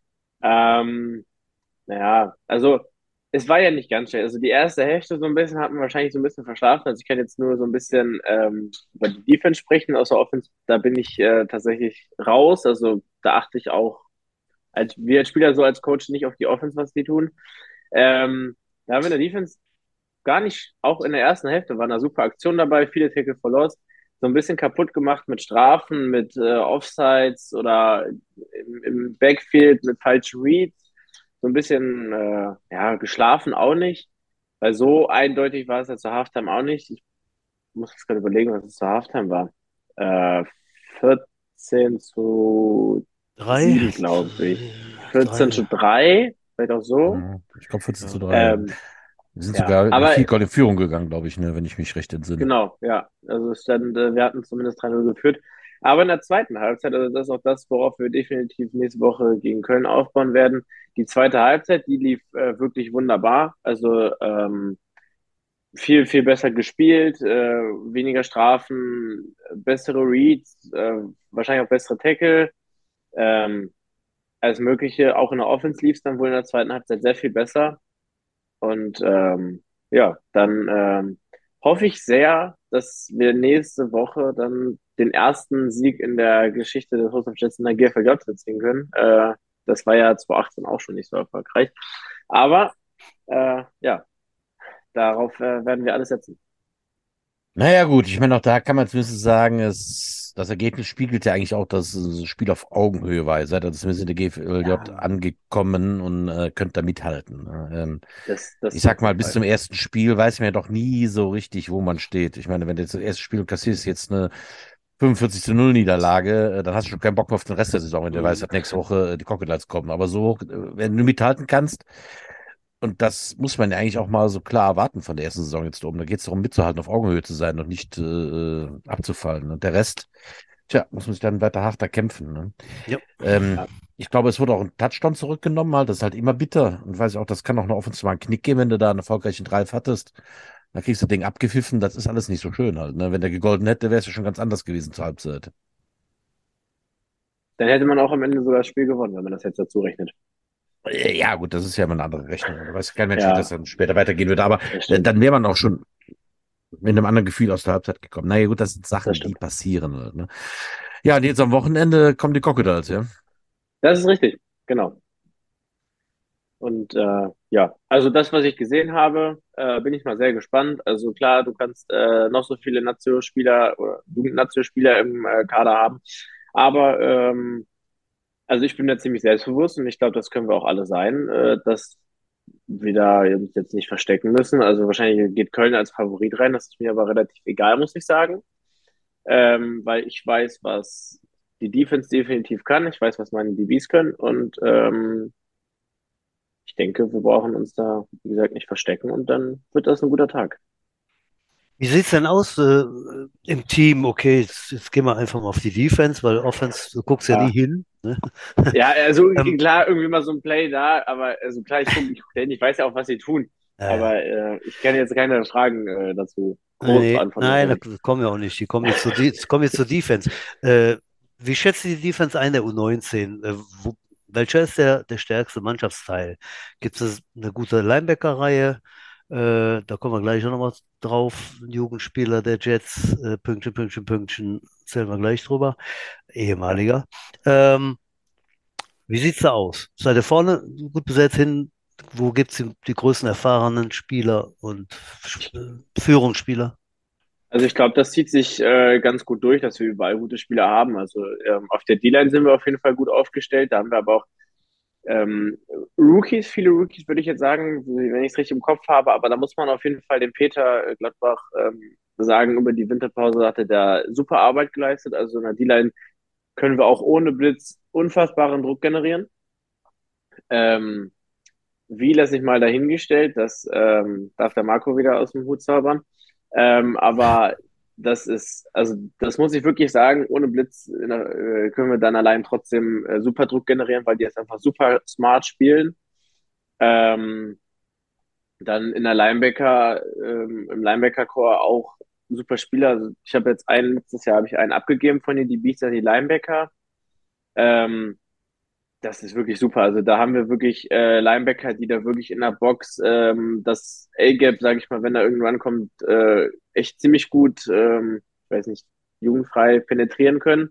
Speaker 3: Ähm, naja, also es war ja nicht ganz schlecht. Also die erste Hälfte so ein bisschen hat man wahrscheinlich so ein bisschen verschlafen. Also ich kann jetzt nur so ein bisschen ähm, über die Defense sprechen. Außer Offense, da bin ich äh, tatsächlich raus. Also da achte ich auch als wir als Spieler so als Coach nicht auf die Offense, was die tun. Ähm, da haben wir in der Defense gar nicht, auch in der ersten Hälfte waren da super Aktionen dabei, viele Tackle for Loss, so ein bisschen kaputt gemacht mit Strafen, mit äh, Offsides oder im, im Backfield mit falschen Reads, so ein bisschen äh, ja, geschlafen auch nicht, weil so eindeutig war es ja zur Halftime auch nicht. Ich muss jetzt gerade überlegen, was es zur Halftime war. Äh, vierzehn zu
Speaker 1: Drei?
Speaker 3: sieben, glaube ich. vierzehn
Speaker 1: Drei.
Speaker 3: zu drei, vielleicht auch so.
Speaker 2: Mhm. Ich glaube vierzehn zu
Speaker 1: Ja.
Speaker 2: drei. Ja.
Speaker 3: Ähm,
Speaker 2: Wir sind
Speaker 3: ja,
Speaker 2: sogar mit
Speaker 3: aber
Speaker 2: vier Goal in Führung gegangen, glaube ich, ne, wenn ich mich recht entsinne.
Speaker 3: genau, ja. Also es stand, äh, wir hatten zumindest drei null geführt. Aber in der zweiten Halbzeit, also das ist auch das, worauf wir definitiv nächste Woche gegen Köln aufbauen werden. Die zweite Halbzeit, die lief äh, wirklich wunderbar. Also ähm, viel, viel besser gespielt, äh, weniger Strafen, bessere Reads, äh, wahrscheinlich auch bessere Tackle. Ähm, Alles Mögliche. Auch in der Offense lief es dann wohl in der zweiten Halbzeit sehr viel besser. Und ähm, ja, dann ähm, hoffe ich sehr, dass wir nächste Woche dann den ersten Sieg in der Geschichte des Hochstapfstädts in der G F L J ziehen können. Äh, das war ja zwanzig achtzehn auch schon nicht so erfolgreich. Aber äh, ja, darauf äh, werden wir alles setzen.
Speaker 2: Naja, gut, ich meine, auch da kann man zumindest sagen, es, das Ergebnis spiegelt ja eigentlich auch, dass es ein Spiel auf Augenhöhe war. Ihr seid also zumindest in der G F L J
Speaker 3: Ja,
Speaker 2: angekommen und äh, könnt da mithalten. Ne? Ähm,
Speaker 3: das,
Speaker 2: ich
Speaker 3: das
Speaker 2: sag
Speaker 3: auf
Speaker 2: mal,
Speaker 3: jeden
Speaker 2: bis
Speaker 3: Fall.
Speaker 2: zum ersten Spiel weiß man ja doch nie so richtig, wo man steht. Ich meine, wenn du jetzt das erste Spiel kassierst, jetzt eine fünfundvierzig zu null Niederlage, äh, dann hast du schon keinen Bock mehr auf den Rest der Saison, wenn du weißt,
Speaker 1: Mhm.
Speaker 2: dass nächste Woche äh, die Crocodiles kommen. Aber so, äh, wenn du mithalten kannst, und das muss man ja eigentlich auch mal so klar erwarten von der ersten Saison jetzt oben. Da geht es darum, mitzuhalten, auf Augenhöhe zu sein und nicht äh, abzufallen. Und der Rest, tja, muss man sich dann weiter hart erkämpfen. Ne?
Speaker 1: Ja.
Speaker 2: Ähm,
Speaker 3: Ja.
Speaker 2: ich glaube, es wurde auch ein Touchdown zurückgenommen, halt. Das ist halt immer bitter. Und weiß ich auch, das kann auch noch offensiv mal einen Knick geben, wenn du da einen erfolgreichen Drive hattest. Dann kriegst du das Ding abgepfiffen. Das ist alles nicht so schön halt. Ne? Wenn der gegolten hätte, wäre es ja schon ganz anders gewesen zur Halbzeit.
Speaker 3: Dann hätte man auch am Ende sogar das Spiel gewonnen, wenn man das jetzt dazu rechnet.
Speaker 2: Äh, Ja, gut, das ist ja immer eine andere Rechnung. Da weiß kein Mensch, wie das
Speaker 3: Ja,
Speaker 2: dann später weitergehen wird. Aber
Speaker 3: das
Speaker 2: äh,
Speaker 3: stimmt.
Speaker 2: dann wäre man auch schon mit einem anderen Gefühl aus der Halbzeit gekommen. Naja, gut, das sind
Speaker 3: Das
Speaker 2: Sachen, die
Speaker 3: stimmt.
Speaker 2: passieren halt, ne? Ja, und jetzt am Wochenende kommen die Crocodiles, ja.
Speaker 3: Das ist richtig. Genau. Und äh, ja, also das, was ich gesehen habe, äh, bin ich mal sehr gespannt. Also klar, du kannst äh, noch so viele Nationalspieler oder Jugendnationalspieler im äh, Kader haben, aber ähm, also ich bin da ziemlich selbstbewusst und ich glaube, das können wir auch alle sein, äh, dass wir da uns jetzt nicht verstecken müssen. Also wahrscheinlich geht Köln als Favorit rein, das ist mir aber relativ egal, muss ich sagen, ähm, weil ich weiß, was die Defense definitiv kann, ich weiß, was meine D Bs können und ähm, ich denke, wir brauchen uns da, wie gesagt, nicht verstecken und dann wird das ein guter Tag.
Speaker 1: Wie sieht's denn aus äh, im Team? Okay, jetzt, jetzt gehen wir einfach mal auf die Defense, weil Offense, du guckst ja nie
Speaker 3: Ja,
Speaker 1: hin. Ne?
Speaker 3: ja, also
Speaker 1: Ähm,
Speaker 3: klar, irgendwie mal so ein Play da, aber also klar, ich gucke, ich, guck hin, ich weiß ja auch, was sie tun,
Speaker 1: äh,
Speaker 3: aber äh, ich kann jetzt keine Fragen äh, dazu groß
Speaker 1: nee,
Speaker 3: beantworten
Speaker 1: nein, da
Speaker 3: wahrscheinlich.
Speaker 1: kommen wir auch nicht. Die kommen jetzt zur, Die- kommen jetzt zur Defense. Äh, wie schätzt du die Defense ein, der U neunzehn? Äh, wo, welcher ist der, der stärkste Mannschaftsteil? Gibt es eine gute Linebacker-Reihe? Äh, da kommen wir gleich noch mal drauf. Ein Jugendspieler der Jets, äh, Pünktchen, Pünktchen, Pünktchen, zählen wir gleich drüber.
Speaker 3: Ja.
Speaker 1: Ehemaliger. Ähm, Wie sieht's da aus? Seid ihr vorne gut besetzt hin? Wo gibt's die, die größten erfahrenen Spieler und äh, Führungsspieler?
Speaker 3: Also ich glaube, das zieht sich äh, ganz gut durch, dass wir überall gute Spieler haben. Also ähm, auf der D-Line sind wir auf jeden Fall gut aufgestellt. Da haben wir aber auch ähm, Rookies, viele Rookies würde ich jetzt sagen, wenn ich es richtig im Kopf habe. Aber da muss man auf jeden Fall dem Peter äh, Gladbach ähm, sagen, über die Winterpause hat er da super Arbeit geleistet. Also in der D-Line können wir auch ohne Blitz unfassbaren Druck generieren. Ähm, Wie lasse ich mal dahingestellt, das ähm, darf der Marco wieder aus dem Hut zaubern. Ähm, aber das ist, also das muss ich wirklich sagen, ohne Blitz in der, äh, können wir dann allein trotzdem äh, super Druck generieren, weil die jetzt einfach super smart spielen. Ähm, Dann in der Linebacker, ähm, im Linebacker-Core auch super Spieler. Also ich habe jetzt einen, letztes Jahr habe ich einen abgegeben von den D Bs an die Linebacker. Ähm, Das ist wirklich super. Also da haben wir wirklich äh, Linebacker, die da wirklich in der Box ähm, das A-Gap, sage ich mal, wenn da irgendwann kommt, äh, echt ziemlich gut, ähm, ich weiß nicht, jugendfrei penetrieren können,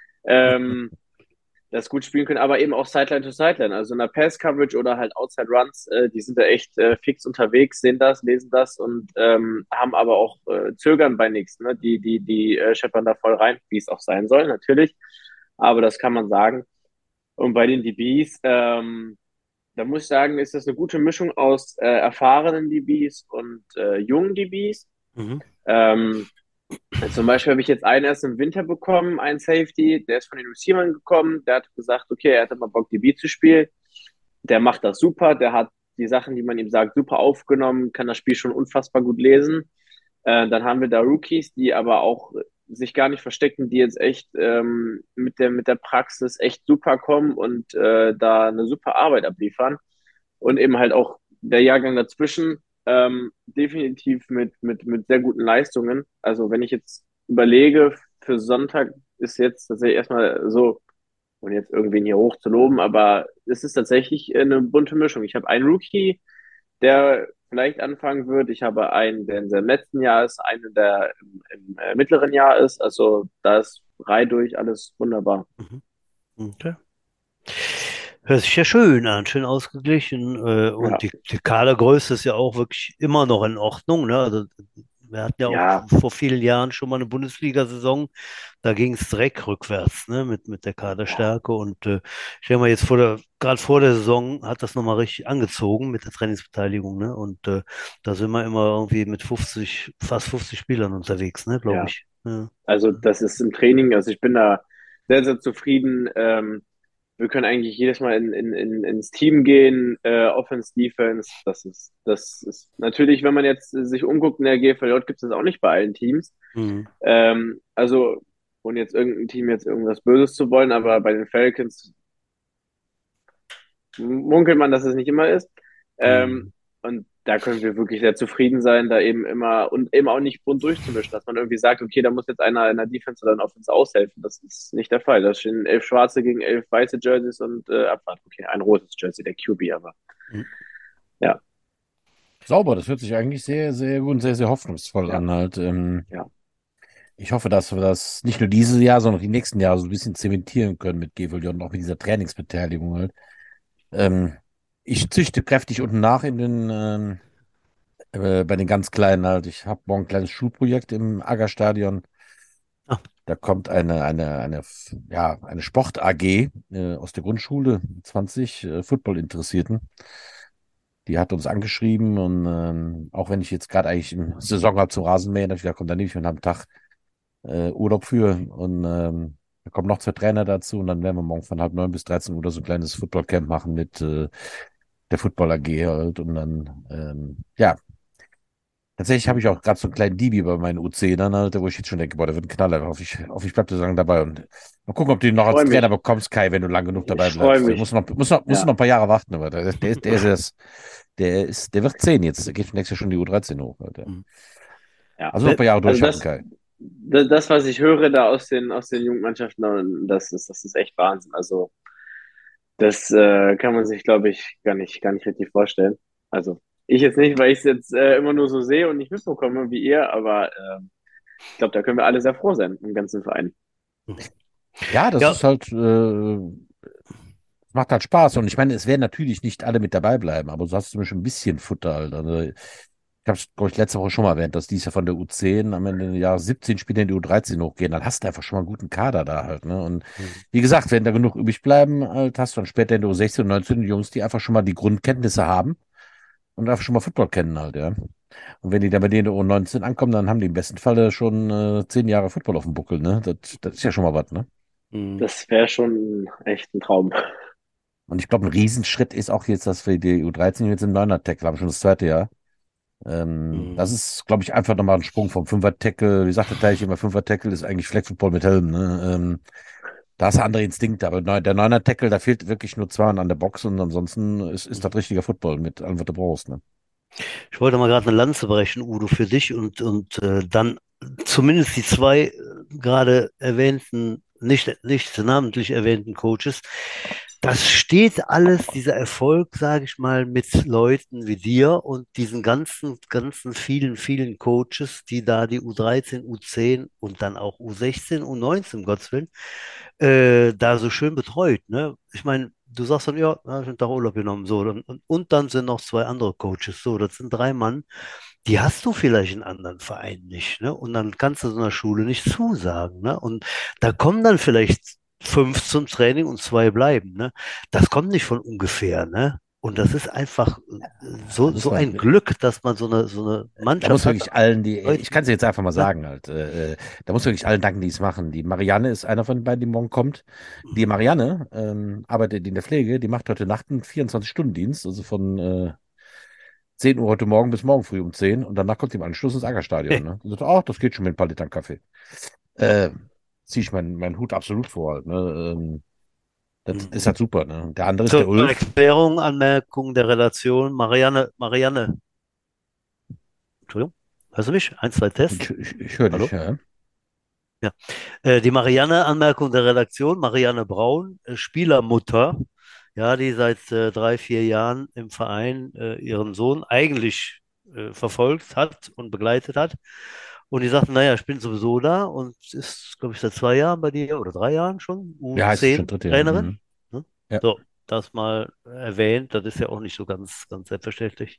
Speaker 3: ähm, das gut spielen können, aber eben auch Sideline to Sideline, also in der Pass-Coverage oder halt Outside Runs, äh, die sind da echt äh, fix unterwegs, sehen das, lesen das und ähm, haben aber auch äh, Zögern bei nichts. Ne? Die, die, die äh, scheppern da voll rein, wie es auch sein soll, natürlich. Aber das kann man sagen. Und bei den D Bs, ähm, da muss ich sagen, ist das eine gute Mischung aus äh, erfahrenen D Bs und äh, jungen D Bs.
Speaker 1: Mhm.
Speaker 3: Ähm, Zum Beispiel habe ich jetzt einen erst im Winter bekommen, einen Safety, der ist von den Receivern gekommen, der hat gesagt, okay, er hat immer Bock, D B zu spielen. Der macht das super, der hat die Sachen, die man ihm sagt, super aufgenommen, kann das Spiel schon unfassbar gut lesen. Äh, dann haben wir da Rookies, die aber auch sich gar nicht verstecken, die jetzt echt ähm, mit der, mit der Praxis echt super kommen und äh, da eine super Arbeit abliefern. Und eben halt auch der Jahrgang dazwischen ähm, definitiv mit, mit, mit sehr guten Leistungen. Also wenn ich jetzt überlege, für Sonntag ist jetzt tatsächlich erstmal so, und jetzt irgendwen hier hoch zu loben, aber es ist tatsächlich eine bunte Mischung. Ich habe einen Rookie, der vielleicht anfangen wird. Ich habe einen, der in seinem letzten Jahr ist, einen, der im, im äh, mittleren Jahr ist. Also da ist Reihe durch alles wunderbar.
Speaker 1: Mhm. Okay. Hört sich ja schön an, schön ausgeglichen. Äh, und
Speaker 3: Ja,
Speaker 1: die, die Kadergröße ist ja auch wirklich immer noch in Ordnung. Ne? Also, wir hatten ja auch
Speaker 3: ja,
Speaker 1: vor vielen Jahren schon mal eine Bundesliga-Saison. Da ging es direkt rückwärts, ne? mit, mit der
Speaker 3: ja,
Speaker 1: Kaderstärke. Und äh, ich denke mal, jetzt vor der, gerade vor der Saison hat das nochmal richtig angezogen mit der Trainingsbeteiligung. Ne? Und äh, da sind wir immer irgendwie mit fünfzig, fast fünfzig Spielern unterwegs, ne, glaube
Speaker 3: ja.
Speaker 1: ich. Ja.
Speaker 3: Also das ist im Training, also ich bin da sehr, sehr zufrieden. Ähm, wir können eigentlich jedes Mal in, in, in, ins Team gehen, äh, Offense, Defense. Das ist, das ist natürlich, wenn man jetzt sich umguckt in der G F L J, gibt es das auch nicht bei allen Teams.
Speaker 1: Mhm.
Speaker 3: Ähm, also, ohne jetzt irgendein Team jetzt irgendwas Böses zu wollen, aber bei den Falcons munkelt man, dass es nicht immer ist. Ähm,
Speaker 1: Mhm.
Speaker 3: und da können wir wirklich sehr zufrieden sein, da eben immer und eben auch nicht bunt durchzumischen, dass man irgendwie sagt, okay, da muss jetzt einer in der Defense oder in der Offense aushelfen. Das ist nicht der Fall. Da stehen elf schwarze gegen elf weiße Jerseys und äh, Abfahrt. Okay, ein rotes Jersey, der Q B, aber
Speaker 1: Mhm.
Speaker 3: ja,
Speaker 2: Sauber, das hört sich eigentlich sehr, sehr gut und sehr, sehr hoffnungsvoll
Speaker 3: ja,
Speaker 2: an halt. Ähm,
Speaker 3: ja.
Speaker 2: ich hoffe, dass wir das nicht nur dieses Jahr, sondern auch die nächsten Jahre so ein bisschen zementieren können mit G V J und auch mit dieser Trainingsbeteiligung halt. Ähm, ich züchte kräftig unten nach in den, ähm, äh, bei den ganz Kleinen halt. Ich habe morgen ein kleines Schulprojekt im Aggerstadion.
Speaker 1: Ah,
Speaker 2: Da kommt eine, eine, eine, ja, eine Sport-A G äh, aus der Grundschule, zwanzig äh, Football-Interessierten. Die hat uns angeschrieben und ähm, auch wenn ich jetzt gerade eigentlich im Saison habe zum Rasenmähen, hab ich gesagt, komm, dann nehme ich mir einen halben Tag äh, Urlaub für und ähm, da kommen noch zwei Trainer dazu und dann werden wir morgen von halb neun bis dreizehn Uhr so ein kleines Footballcamp machen mit äh, der Football A G halt und dann, ähm, ja, tatsächlich habe ich auch gerade so einen kleinen D B bei meinen U zehnern halt, wo ich jetzt schon denke, boah, der wird ein Knaller. Hoffe ich, hoffe ich bleib so lange dabei und mal gucken, ob du ihn noch
Speaker 3: Ich
Speaker 2: als
Speaker 3: freue
Speaker 2: Trainer
Speaker 3: mich.
Speaker 2: bekommst, Kai, wenn du lang genug
Speaker 3: Ich
Speaker 2: dabei
Speaker 3: freue
Speaker 2: bleibst. Der muss
Speaker 3: mich.
Speaker 2: noch, muss noch, muss noch
Speaker 3: Ja.
Speaker 2: ein paar Jahre warten, aber der, der, ist- der ist erst, der ist, der wird zehn jetzt, der geht nächstes Jahr schon die U dreizehn hoch. Alter.
Speaker 1: mhm.
Speaker 3: Ja.
Speaker 2: Also noch ein
Speaker 1: Wer-
Speaker 2: paar Jahre
Speaker 3: Also
Speaker 2: durchhalten,
Speaker 3: das,
Speaker 2: Kai.
Speaker 3: das, das, was ich höre da aus den, aus den Jugendmannschaften, das ist, das ist echt Wahnsinn. Also das äh, kann man sich, glaube ich, gar nicht, gar nicht richtig vorstellen. Also ich jetzt nicht, weil ich es jetzt äh, immer nur so sehe und nicht mitbekomme wie ihr, aber ähm, ich glaube, da können wir alle sehr froh sein im ganzen Verein.
Speaker 2: Ja, das
Speaker 1: Ja,
Speaker 2: ist halt, äh, macht halt Spaß. Und ich meine, es werden natürlich nicht alle mit dabei bleiben, aber du hast zumindest ein bisschen Futter halt. Also, ich habe es, glaube ich, letzte Woche schon mal erwähnt, dass dies ja von der U zehn am Ende Jahr siebzehn Spieler in die U dreizehn hochgehen. Dann hast du einfach schon mal einen guten Kader da halt. Ne? Und
Speaker 1: hm,
Speaker 2: wie gesagt, wenn da genug übrig bleiben, halt, hast du dann später in der U sechzehn und neunzehn Jungs, die einfach schon mal die Grundkenntnisse haben und einfach schon mal Football kennen halt, ja. Und wenn die dann bei denen in der U neunzehn ankommen, dann haben die im besten Falle schon äh, zehn Jahre Football auf dem Buckel, ne? Das, das ist ja schon mal was, ne?
Speaker 1: hm,
Speaker 3: Das wäre schon echt ein Traum.
Speaker 2: Und ich glaube, ein Riesenschritt ist auch jetzt, dass wir die U dreizehn jetzt im Neuner-Tackle haben, schon das zweite Jahr. Ähm, das
Speaker 1: hm.
Speaker 2: ist, glaube ich, einfach nochmal ein Sprung vom Fünfer-Tackle. Wie sagt der Teich immer, Fünfer-Tackle ist eigentlich Flag-Football mit Helm. Ne? Ähm, da hast du andere Instinkte, aber neu- der Neuner-Tackle, da fehlt wirklich nur zwei an der Box und ansonsten ist, ist das richtiger Football mit allem, was du brauchst. Ne?
Speaker 1: Ich wollte mal gerade eine Lanze brechen, Udo, für dich und, und äh, dann zumindest die zwei äh, gerade erwähnten, nicht, nicht namentlich erwähnten Coaches. Das steht alles, dieser Erfolg, sage ich mal, mit Leuten wie dir und diesen ganzen, ganzen vielen, vielen Coaches, die da die U dreizehn, U zehn und dann auch U sechzehn, U neunzehn, um Gottes Willen, äh, da so schön betreut. Ne? Ich meine, du sagst dann, ja, da hab ich einen Tag Urlaub genommen, so, und, und, und dann sind noch zwei andere Coaches, so, das sind drei Mann, die hast du vielleicht in anderen Vereinen nicht, ne? Und dann kannst du so einer Schule nicht zusagen, ne? Und da kommen dann vielleicht fünf zum Training und zwei bleiben, ne? Das kommt nicht von ungefähr, ne? Und das ist einfach äh,
Speaker 2: Da
Speaker 1: so,
Speaker 2: muss
Speaker 1: so
Speaker 2: man,
Speaker 1: ein Glück, dass man so eine, so eine
Speaker 2: Da muss
Speaker 1: Mannschaft hat.
Speaker 2: wirklich allen, die,
Speaker 1: Leute,
Speaker 2: ich kann es jetzt einfach mal
Speaker 1: ne?
Speaker 2: sagen halt, äh, äh, da muss wirklich allen danken, die es machen. Die Marianne ist einer von den beiden, die morgen kommt. Die Marianne ähm, arbeitet in der Pflege, die macht heute Nacht einen vierundzwanzig-Stunden-Dienst, also von äh, zehn Uhr heute Morgen bis morgen früh um zehn und danach kommt sie im Anschluss ins Aggerstadion. Ne? Und sagt, ach, das geht schon mit ein paar Litern Kaffee.
Speaker 1: Ja.
Speaker 2: Äh, Ziehe ich meinen meinen Hut absolut vor halt, ne? Ähm, das ist
Speaker 1: Mhm.
Speaker 2: halt super. Ne? Der andere ist der
Speaker 1: Zur
Speaker 2: Ulf.
Speaker 1: Erklärung, Anmerkung der Relation, Marianne, Marianne, Entschuldigung, hörst du mich? Eins, zwei, Test.
Speaker 2: Ich, ich, ich höre dich,
Speaker 1: Hallo?
Speaker 2: ja.
Speaker 1: Ja. Äh, die Marianne, Anmerkung der Redaktion, Marianne Braun, äh, Spielermutter, ja, die seit äh, drei, vier Jahren im Verein äh, ihren Sohn eigentlich äh, verfolgt hat und begleitet hat. Und die sagte, naja, ich bin sowieso da und ist, glaube ich, seit zwei Jahren bei dir oder drei Jahren schon,
Speaker 2: Ja, heißt es schon
Speaker 1: U zehn
Speaker 2: dritte Jahr.
Speaker 1: Trainerin.
Speaker 2: Mhm.
Speaker 1: Ne?
Speaker 2: Ja.
Speaker 1: So, das mal erwähnt, das ist ja auch nicht so ganz, ganz selbstverständlich.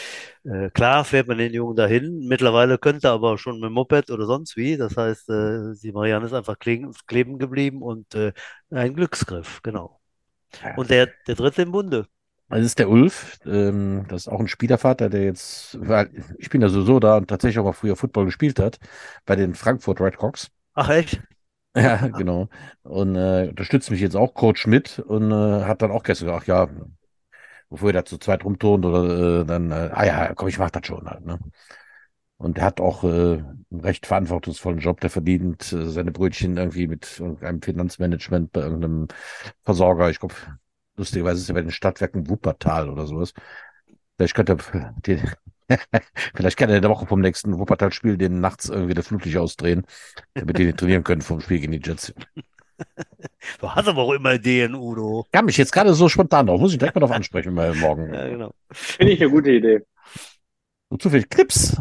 Speaker 1: Äh, klar fährt man den Jungen dahin. Mittlerweile könnte er aber schon mit dem Moped oder sonst wie. Das heißt, äh, die Marianne ist einfach kleben, kleben geblieben und äh, ein Glücksgriff, genau.
Speaker 2: Ja.
Speaker 1: Und der, der dritte im Bunde.
Speaker 2: Das ist der Ulf, ähm, das ist auch ein Spielervater, der jetzt, weil ich bin ja sowieso da und tatsächlich auch mal früher Football gespielt hat, bei den Frankfurt Redhawks.
Speaker 1: Ach echt?
Speaker 2: Ja, genau. Und äh, unterstützt mich jetzt auch Coach mit und äh, hat dann auch gestern gesagt, ach ja, bevor ihr da zu zweit rumturnt oder äh, dann, äh, ah ja, komm, ich mach das schon halt, ne? Und er hat auch äh, einen recht verantwortungsvollen Job, der verdient äh, seine Brötchen irgendwie mit irgendeinem Finanzmanagement bei irgendeinem Versorger. Ich glaube, lustigerweise ist er bei den Stadtwerken Wuppertal oder sowas. Vielleicht könnte er den, vielleicht kann er in der Woche vom nächsten Wuppertal-Spiel den nachts irgendwie das Flutlicht ausdrehen, damit die nicht trainieren können vom Spiel gegen die Jets.
Speaker 1: Du hast aber auch immer Ideen, Udo.
Speaker 2: Kam mich jetzt gerade so spontan drauf, muss ich direkt mal drauf ansprechen, weil morgen
Speaker 1: Ja, genau.
Speaker 3: Finde ich eine gute Idee.
Speaker 2: so zu viel Clips.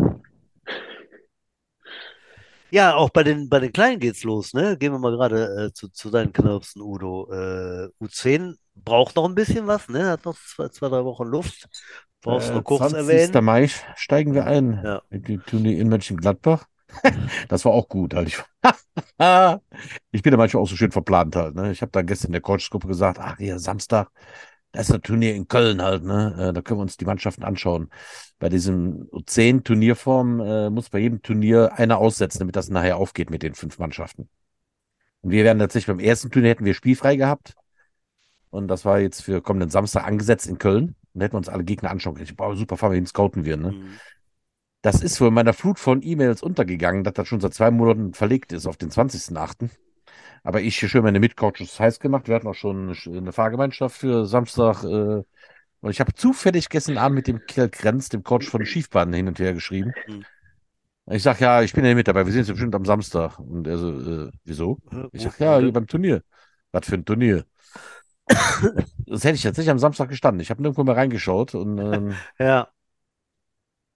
Speaker 1: Ja, auch bei den, bei den Kleinen geht's los, ne? Gehen wir mal gerade äh, zu, zu deinen Knirpsen, Udo. Äh, U zehn braucht noch ein bisschen was, ne? Hat noch zwei, zwei, drei Wochen Luft. Brauchst du
Speaker 2: Äh,
Speaker 1: noch kurz
Speaker 2: zwanzigster
Speaker 1: erwähnen.
Speaker 2: Mai steigen wir ein
Speaker 1: Ja.
Speaker 2: mit dem Turnier in Mönchengladbach. Das war auch gut. Halt. Ich, ich bin da manchmal auch so schön verplant halt. Ne? Ich habe da gestern in der Coachgruppe gesagt, ach hier, Samstag, da ist ein Turnier in Köln halt. Ne? Äh, Da können wir uns die Mannschaften anschauen. Bei diesem U zehn Turnierform äh, muss bei jedem Turnier einer aussetzen, damit das nachher aufgeht mit den fünf Mannschaften. Und wir werden tatsächlich beim ersten Turnier hätten wir spielfrei gehabt. Und das war jetzt für kommenden Samstag angesetzt in Köln. Und da hätten wir uns alle Gegner anschauen können. Ich, boah, super, fahren wir hin, scouten wir. Ne?
Speaker 1: Mhm.
Speaker 2: Das ist wohl in meiner Flut von E-Mails untergegangen, dass das schon seit zwei Monaten verlegt ist auf den zwanzigsten achten. Aber ich hier schön meine Mitcoaches heiß gemacht. Wir hatten auch schon eine eine Fahrgemeinschaft für Samstag. Äh, und ich habe zufällig gestern Abend mit dem Kerl Krenz, dem Coach von Schiefbahn, hin und her geschrieben.
Speaker 1: Mhm.
Speaker 2: Ich sag, ja, ich bin ja nicht mit dabei. Wir sehen uns bestimmt am Samstag. Und er so, äh, wieso?
Speaker 1: Ja,
Speaker 2: Ich
Speaker 1: wo,
Speaker 2: sag,
Speaker 1: wo
Speaker 2: ja, hier
Speaker 1: denn?
Speaker 2: beim Turnier. Was für ein Turnier? Das hätte ich jetzt nicht am Samstag gestanden. Ich habe nirgendwo mehr reingeschaut und ähm,
Speaker 1: Ja.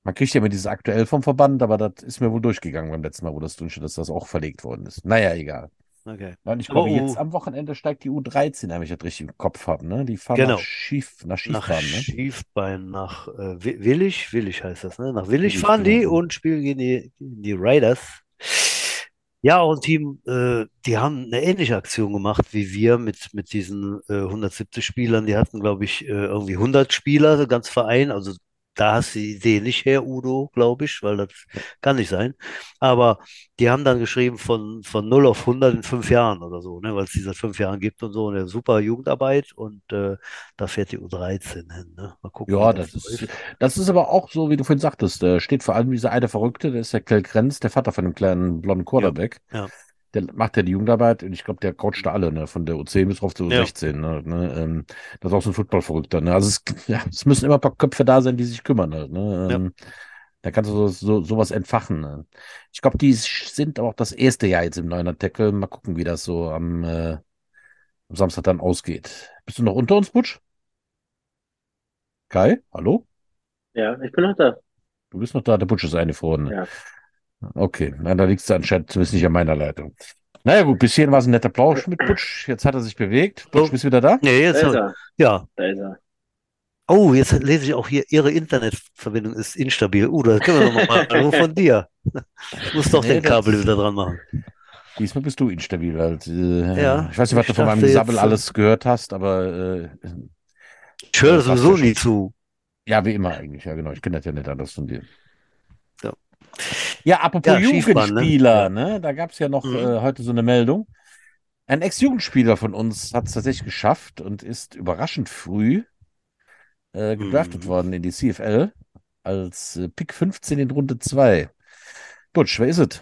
Speaker 2: Man kriegt ja immer dieses aktuell vom Verband, aber das ist mir wohl durchgegangen beim letzten Mal, wo das drin steht, dass das auch verlegt worden ist. Naja, egal.
Speaker 1: Okay.
Speaker 2: Ja, und ich
Speaker 1: Aber
Speaker 2: glaube, jetzt
Speaker 1: U,
Speaker 2: am Wochenende steigt die U dreizehn, wenn ich das richtig im Kopf habe, ne? Die fahren nach
Speaker 1: genau.
Speaker 2: Schief, nach
Speaker 1: Nach
Speaker 2: Schiefbahn, ne?
Speaker 1: Schiefbein, nach äh, Wi- Willig, Willig heißt das, ne? Nach Willig
Speaker 2: Willig,
Speaker 1: fahren
Speaker 2: genau.
Speaker 1: die
Speaker 2: Mhm.
Speaker 1: und spielen gegen die, gegen die Raiders. Ja, auch ein Team, äh, die haben eine ähnliche Aktion gemacht wie wir mit, mit diesen äh, hundertsiebzig Spielern. Die hatten, glaube ich, äh, irgendwie hundert Spieler, der ganze Verein. Also da hast du die Idee nicht her, Udo, glaube ich, weil das kann nicht sein. Aber die haben dann geschrieben von, von null auf hundert in fünf Jahren oder so, ne, weil es die seit fünf Jahren gibt und so. Eine super Jugendarbeit und äh, da fährt die U dreizehn hin. Ne? Mal gucken, wie
Speaker 2: Ja,
Speaker 1: das
Speaker 2: das ist,
Speaker 1: läuft.
Speaker 2: das ist aber auch so, wie du vorhin sagtest, äh, steht vor allem dieser eine Verrückte, der ist der Kell Grenz, der Vater von dem kleinen blonden
Speaker 1: Ja,
Speaker 2: Quarterback.
Speaker 1: ja,
Speaker 2: Der macht ja die Jugendarbeit und ich glaube, der coacht da alle, ne? Von der U zehn bis rauf zur
Speaker 1: ja.
Speaker 2: U sechzehn, ne? Ne? Ähm, das ist auch so ein Football-Verrückter, ne? Also es, ja, es müssen immer ein paar Köpfe da sein, die sich kümmern halt, ne?
Speaker 1: Ja.
Speaker 2: Ähm, da kannst du so, so, sowas entfachen, ne? Ich glaube, die sind auch das erste Jahr jetzt im neuen Tackle. Mal gucken, wie das so am, äh, am Samstag dann ausgeht. Bist du noch unter uns, Butsch? Kai? Hallo?
Speaker 3: Ja, ich bin noch da.
Speaker 2: Du bist noch da, der Butsch ist eingefroren.
Speaker 3: Ja.
Speaker 2: Okay, na, da liegt es anscheinend zumindest nicht an meiner Leitung. Naja, gut, bis hierhin war es ein netter Plausch mit Butsch. Jetzt hat er sich bewegt. Butsch,
Speaker 1: So,
Speaker 2: bist du wieder da?
Speaker 1: nee,
Speaker 3: Da
Speaker 1: jetzt,
Speaker 3: ist er.
Speaker 1: ja.
Speaker 3: Da ist er.
Speaker 1: Oh, jetzt lese ich auch hier, Ihre Internetverbindung ist instabil. Uh, das können wir doch mal nur von dir. Ich muss doch
Speaker 2: Nee,
Speaker 1: den Kabel
Speaker 2: das,
Speaker 1: wieder dran machen.
Speaker 2: diesmal bist du instabil halt. Äh,
Speaker 1: Ja,
Speaker 2: ich weiß nicht, was du
Speaker 1: ich
Speaker 2: von
Speaker 1: dachte
Speaker 2: meinem Gesabbel
Speaker 1: jetzt, äh,
Speaker 2: alles gehört hast, aber äh,
Speaker 1: ich höre
Speaker 2: äh, passt ja
Speaker 1: sowieso nie
Speaker 2: schon.
Speaker 1: zu.
Speaker 2: Ja, wie immer eigentlich. Ja, genau. Ich kenne das ja nicht anders von dir.
Speaker 1: Ja,
Speaker 2: Ja, apropos
Speaker 1: ja Schiefbahn, ne?
Speaker 2: Jugendspieler,
Speaker 1: Ja.
Speaker 2: ne? Da gab es ja noch
Speaker 1: Mhm.
Speaker 2: äh, heute so eine Meldung. Ein Ex-Jugendspieler von uns hat es tatsächlich geschafft und ist überraschend früh äh, gedraftet
Speaker 1: Mhm.
Speaker 2: worden in die C F L als äh, Pick fünfzehn in Runde zwei. Butsch, wer ist es?